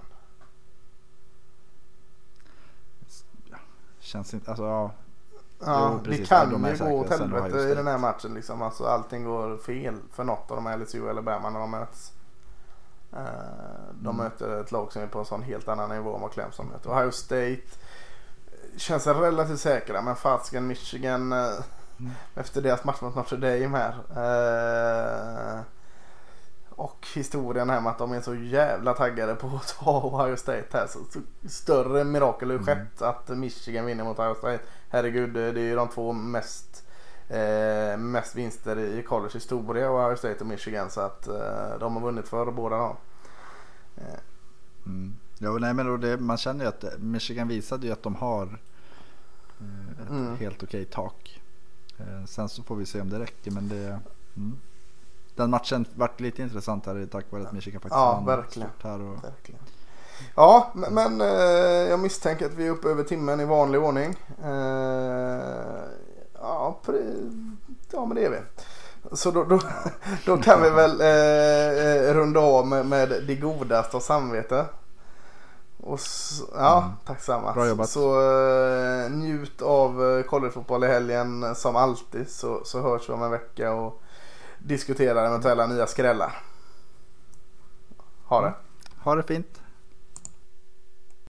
Känns inte, alltså ja. Ja, Jo, precis. det Ja, kan de är ju säkra. gå åt Sen Ohio helvete i State. den här matchen liksom. Alltså, allting går fel för något av de här L S U eller Alabama när de möts. Eh, de Mm. möter ett lag som är på en sån helt annan nivå än vad Clemson möter. Ohio State känns relativt säkra, men fasiken Michigan eh, Mm. efter deras match mot Notre Dame här. Eh, och historien här med att de är så jävla taggade på att ta Ohio State här. Så, så större mirakel har ju Mm. skett att Michigan vinner mot Ohio State. Herregud, det är ju de två mest eh, mest vinster i college historia, Ohio State och Michigan. Så att eh, de har vunnit för båda dem. Eh, Mm. Ja, nej, men då det, man känner ju att Michigan visade ju att de har eh, ett Mm. helt okej tak. Eh, sen så får vi se om det räcker, men det mm. Den matchen vart lite intressant här tack vare att Michigan faktiskt ja, vann verkligen. här och... verkligen. Ja, men, men eh, jag misstänker att vi är uppe över timmen i vanlig ordning. Eh, ja, pre- ja, men det är vi. Så då, då, då kan vi väl eh, runda av med, med det godaste av samvete. Och så, ja, mm. tack samma. Bra jobbat. Så, så eh, njut av collegefotboll i helgen som alltid, så, så hörs vi om en vecka och diskuterar eventuella nya skrällar. Ha det. Ha det fint.